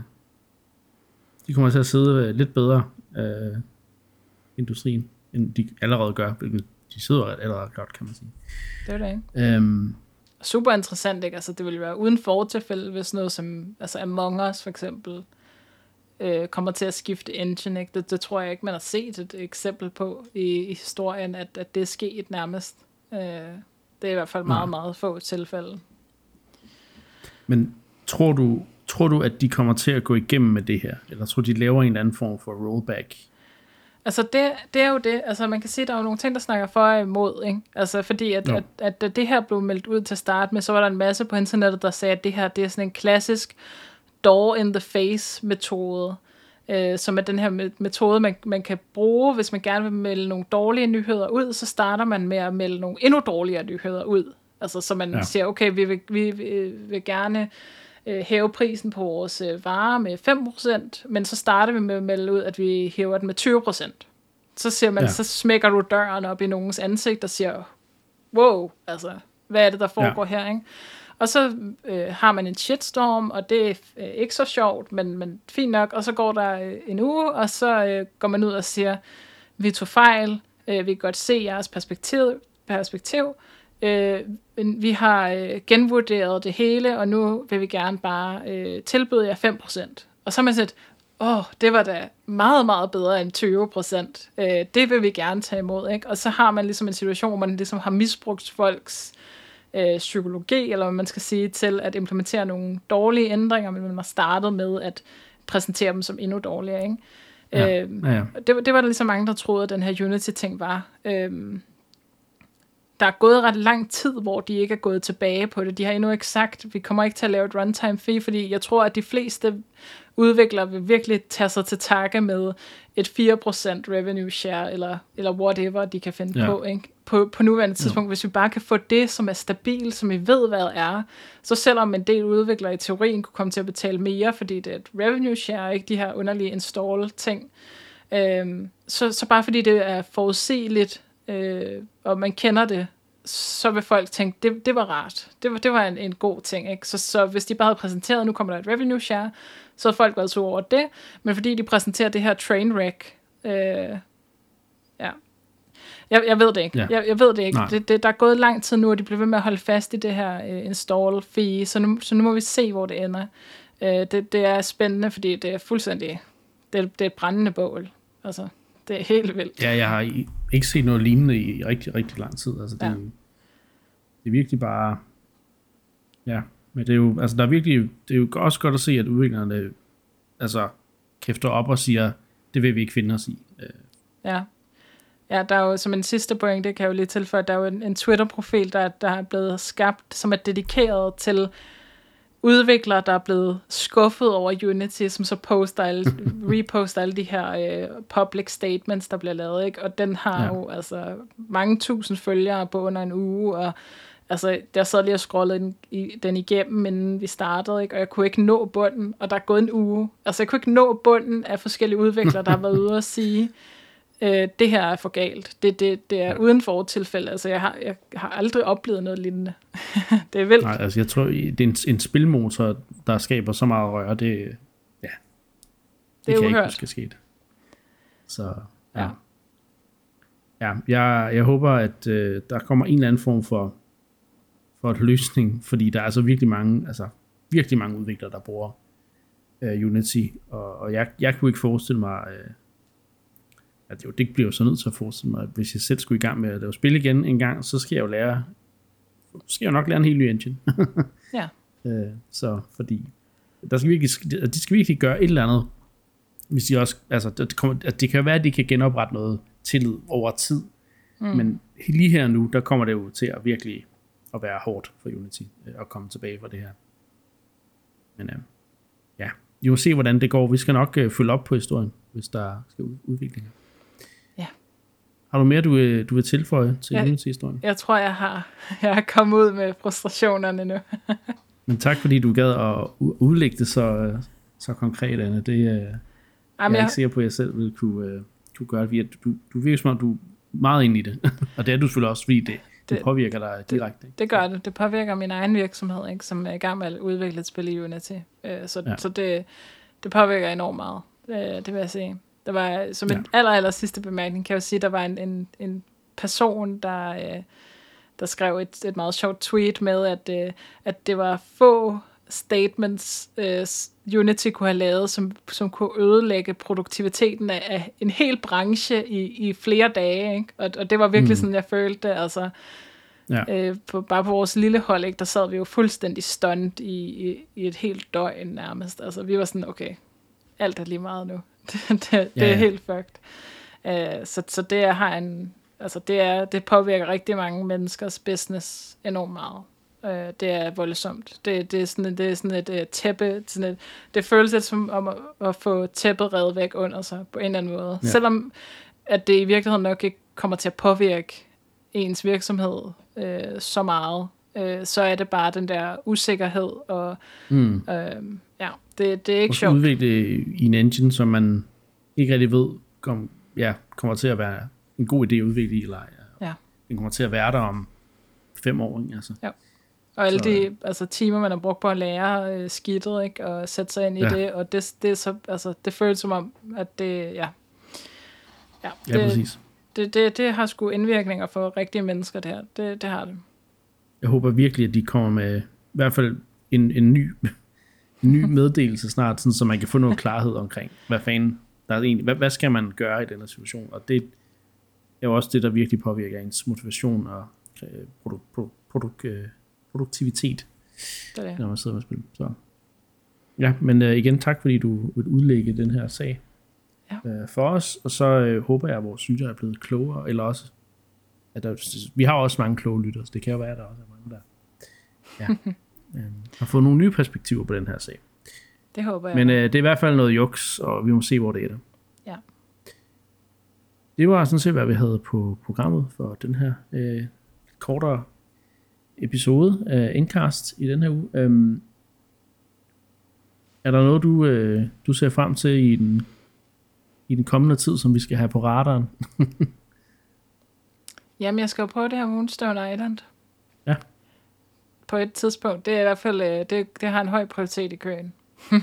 de kommer til at sidde lidt bedre industrien, end de allerede gør. De sidder allerede godt, kan man sige. Det er det, ikke? Super interessant, ikke? Altså, det ville være uden fortilfælde, hvis noget som Among Us for eksempel kommer til at skifte engine, ikke? Det tror jeg ikke, man har set et eksempel på i historien, at det er sket nærmest. Det er i hvert fald meget, meget få tilfælde. Men tror du, at de kommer til at gå igennem med det her? Eller tror de laver en eller anden form for rollback? Altså det er jo det. Altså man kan sige, der er jo nogle ting, der snakker for og imod, ikke? Altså fordi at det her blev meldt ud til at starte med, så var der en masse på internettet, der sagde, at det her, det er sådan en klassisk door in the face metode, som er den her metode, man kan bruge, hvis man gerne vil melde nogle dårlige nyheder ud, så starter man med at melde nogle endnu dårligere nyheder ud. Altså så man siger, okay, vi vil gerne hæve prisen på vores varer med 5%, men så starter vi med at melde ud, at vi hæver den med 20%. Så siger man, så smækker du døren op i nogens ansigt og siger, wow, altså, hvad er det, der foregår her, ikke? Og så har man en shitstorm, og det er ikke så sjovt, men fint nok, og så går der en uge, og så går man ud og siger, vi tog fejl, vi kan godt se jeres perspektiv, vi har genvurderet det hele, og nu vil vi gerne bare tilbyde jer 5%. Og så har man sagt, det var da meget, meget bedre end 20%. Det vil vi gerne tage imod, ikke? Og så har man ligesom en situation, hvor man ligesom har misbrugt folks psykologi, eller hvad man skal sige, til at implementere nogle dårlige ændringer, men man har startet med at præsentere dem som endnu dårligere, ikke? Det var der ligesom mange, der troede, at den her Unity-ting var. der er gået ret lang tid, hvor de ikke er gået tilbage på det. De har endnu ikke sagt, vi kommer ikke til at lave et runtime fee, fordi jeg tror, at de fleste udviklere vil virkelig tage sig til takke med et 4% revenue share, eller whatever de kan finde på, ikke? På nuværende tidspunkt, hvis vi bare kan få det, som er stabilt, som vi ved, hvad er, så selvom en del udviklere i teorien kunne komme til at betale mere, fordi det er et revenue share, ikke de her underlige install-ting, så bare fordi det er forudsigeligt, og man kender det, så vil folk tænke, det var rart. Det var en god ting, ikke? Så hvis de bare havde præsenteret, nu kommer der et revenue share, så havde folk været så over det, men fordi de præsenterer det her trainwreck, jeg ved det ikke. Ja. Jeg ved det ikke. Der er gået lang tid nu, og de bliver ved med at holde fast i det her install fee, så nu må vi se, hvor det ender. Det er spændende, fordi det er fuldstændig, det er et brændende bål. Altså, det er helt vildt. Ja, jeg har ikke set noget lignende i rigtig, rigtig lang tid. Altså, det er virkelig bare... Ja, men det er jo, altså, det er jo også godt at se, at udviklerne altså, kæfter op og siger, det vil vi ikke finde os i. Ja, der er jo som en sidste point, det kan jeg jo lige tilføje, der er jo en Twitter-profil, der er blevet skabt, som er dedikeret til udviklere, der er blevet skuffet over Unity, som så reposter alle de her public statements, der bliver lavet, ikke? Og den har jo altså mange tusind følgere på under en uge, og altså, jeg sad lige og scrollede den igennem, inden vi startede, ikke? Og jeg kunne ikke nå bunden, og der er gået en uge. Altså, jeg kunne ikke nå bunden af forskellige udviklere, der har været ude og sige, det her er for galt. Det er uden for tilfælde. Altså, jeg har aldrig oplevet noget lignende. Det er vildt. Nej, altså, jeg tror, det er en spilmotor, der skaber så meget røre, det er kan uhørt. ikke huske sket. Så, jeg håber, at der kommer en eller anden form for et løsning, fordi der er altså virkelig mange udviklere, der bruger Unity, og jeg kunne ikke forestille mig, at det bliver jo så nødt til at forestille mig, at hvis jeg selv skulle i gang med at lave spil igen en gang, så skal jeg jo nok lære en helt ny engine. Ja. Så fordi de skal virkelig gøre et eller andet, hvis de også, altså det kan jo være, at de kan genoprette noget tillid over tid, men lige her nu, der kommer det jo til at virkelig at være hårdt for Unity at komme tilbage fra det her. Men vi må se, hvordan det går. Vi skal nok følge op på historien, hvis der skal udviklinger. Ja. Har du mere, du vil tilføje til Unity-historien? Jeg tror, jeg har kommet ud med frustrationerne nu. Men tak, fordi du gad at udlægge det så konkret, Anne. Det jeg er ikke sikker på, at jeg selv ville kunne gøre det. Du virker som om, du er meget inde i det. Og det er du selvfølgelig også, fordi det påvirker dig direkte. Det gør det. Det påvirker min egen virksomhed, ikke, som er i gang med at udvikle et spil i Unity. Så det påvirker enormt meget. Det vil jeg sige. Der var, som en aller sidste bemærkning, kan jeg jo sige, der var en person, der skrev et meget sjovt tweet med, at det var få statements, Unity kunne have lavet, som kunne ødelægge produktiviteten af en hel branche i flere dage, ikke? Og det var virkelig sådan, jeg følte det, altså. Bare på vores lille hold, ikke, der sad vi jo fuldstændig stunned i et helt døgn nærmest. Altså, vi var sådan, okay, alt er lige meget nu. det er helt fucked. Så det har det påvirker rigtig mange menneskers business enormt meget. Det er voldsomt. Det er sådan et tæppe. Det føles lidt som om at få tæppet revet væk under sig på en eller anden måde. Ja. Selvom at det i virkeligheden nok ikke kommer til at påvirke ens virksomhed så meget, så er det bare den der usikkerhed. Og det er ikke sjovt. Udvikle i en engine, som man ikke rigtig ved, kommer til at være en god idé at udvikle i, eller den kommer til at være der om 5 år. Ikke? Altså. Ja. Og alle de timer, man har brugt på at lære skidtet, ikke, og sætte sig ind i det, og det er så, altså, det føles som om, at det, præcis. Det har sgu indvirkninger for rigtige mennesker, det her. Det har det. Jeg håber virkelig, at de kommer med i hvert fald en ny meddelelse snart, sådan, så man kan få noget klarhed omkring, hvad fanden der er egentlig, hvad skal man gøre i den her situation, og det er jo også det, der virkelig påvirker ens motivation og produktivitet, når man sidder med spil. Så. Ja, men igen, tak fordi du vil udlægge den her sag for os, og så håber jeg, at vores lyttere er blevet klogere, eller også vi har også mange kloge lyttere, så det kan jo være, at der også er mange, der har fået nogle nye perspektiver på den her sag. Det håber jeg. Men det er i hvert fald noget juks, og vi må se, hvor det ender. Ja. Det var sådan set, hvad vi havde på programmet for den her kortere episode af Endcast i den her uge. Er der noget, du ser frem til i den kommende tid, som vi skal have på radaren? Jamen, jeg skal jo prøve det her Moonstone Island. Ja. På et tidspunkt. Det er i hvert fald, det har en høj prioritet i køen.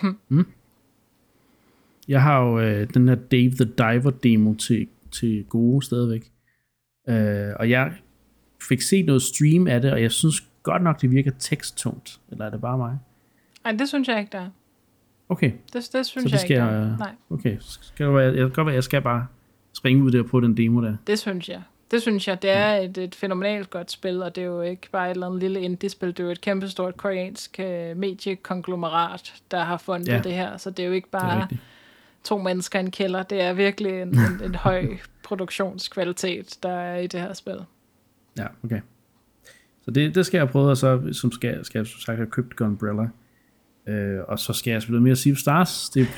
Jeg har jo den her Dave the Diver demo til gode stadigvæk. Og jeg fik set noget stream af det, og jeg synes godt nok, det virker teksttungt. Eller er det bare mig? Nej, det synes jeg ikke, der er. Okay. Det synes jeg ikke, der er. Nej. Okay, jeg skal bare springe ud der på den demo der. Det synes jeg. Det er et fænomenalt godt spil, og det er jo ikke bare et eller andet lille indie-spil. Det er jo et kæmpestort koreansk mediekonglomerat, der har fundet det her. Så det er jo ikke bare 2 mennesker i en kælder. Det er virkelig en høj produktionskvalitet, der er i det her spil. Ja, okay. Så det skal jeg prøve, og så skal jeg som sagt have købt Gunbrella. Og så skal jeg spille mere Sea of Stars. Det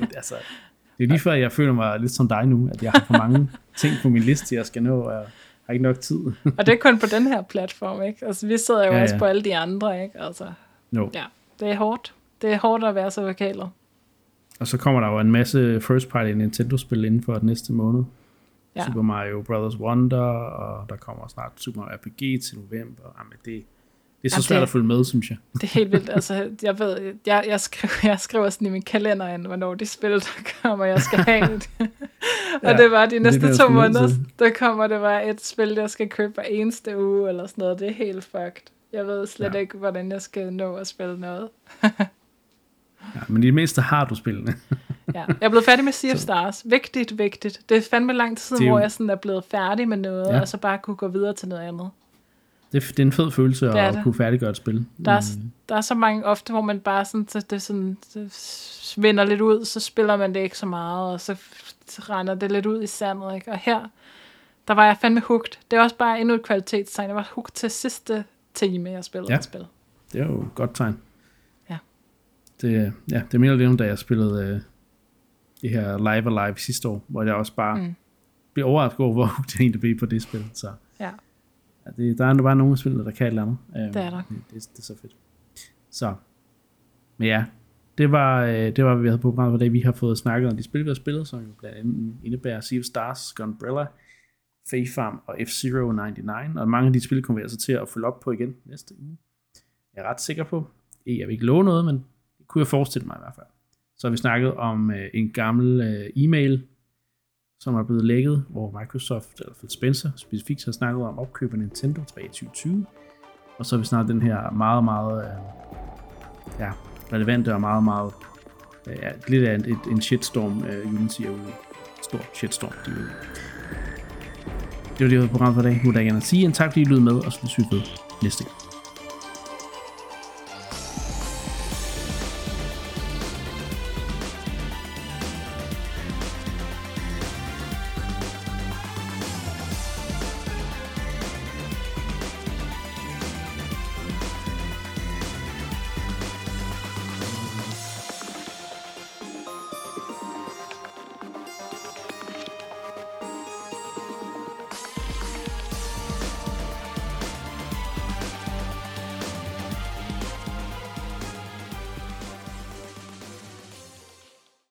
er lige før, jeg føler mig lidt som dig nu, at jeg har for mange ting på min liste, jeg skal nå, og jeg har ikke nok tid. Og det er kun på den her platform, ikke? Altså, vi sidder jo også på alle de andre, ikke? Altså, ja, det er hårdt. Det er hårdt at være så vokaler. Og så kommer der jo en masse first party Nintendo-spil inden for den næste måned. Ja. Super Mario Brothers Wonder, og der kommer snart Super Mario RPG til november. Jamen, det er så svært at følge med, synes jeg. Det er helt vildt. Altså, jeg skriver sådan i min kalender, hvornår de spil, der kommer, jeg skal have det. Og det var de næste 2 måneder, der kommer det bare et spil, jeg skal købe hver eneste uge, eller sådan noget. Det er helt fucked. Jeg ved slet ikke, hvordan jeg skal nå at spille noget. Ja, men i det mindste har du spillene. Ja, jeg er blevet færdig med Sea of Stars. Vigtigt. Det er fandme lang tid siden, hvor jeg sådan er blevet færdig med noget, og så bare kunne gå videre til noget andet. Det er en fed følelse at kunne færdiggøre et spil. Der er så mange ofte, hvor man bare sådan, det svinder lidt ud, så spiller man det ikke så meget, og så render det lidt ud i sandet, ikke? Og her, der var jeg fandme hooked. Det er også bare endnu et kvalitetstegn. Jeg var hooked til sidste time, jeg spillede et spil. Det er jo et godt tegn. Ja. Det minder lidt om, da jeg spillede det her Live Alive sidste år, hvor jeg også bare blev overrasket over, hvor hooked jeg egentlig blev på det spil. Så ja. Der er bare nogle spil, der kan et eller andet. Det er der. Det er så fedt. Så. Men ja, det var hvad vi havde på programmet for dag. Vi har fået snakket om de spil, vi har spillet, som jo blandt andet indebærer Sea of Stars, Gunbrella, Fae Farm og F-Zero 99. Og mange af de spil kommer vi altså til at følge op på igen næste uge. Jeg er ret sikker på. Jeg vil ikke love noget, men det kunne jeg forestille mig i hvert fald. Så har vi snakket om en gammel e-mail, som er blevet lækket, hvor Microsoft, eller Phil Spencer, specifikt har snakket om opkøb af Nintendo 2020. Og så har vi snakket den her meget, meget relevante og meget, meget lidt af en shitstorm, Unity er ude. Stor shitstorm, de er ude. Det var det, jeg havde på programmet for i dag. Nu vil jeg gerne sige en tak, fordi I lyttede med, og så ses vi ved næste gang.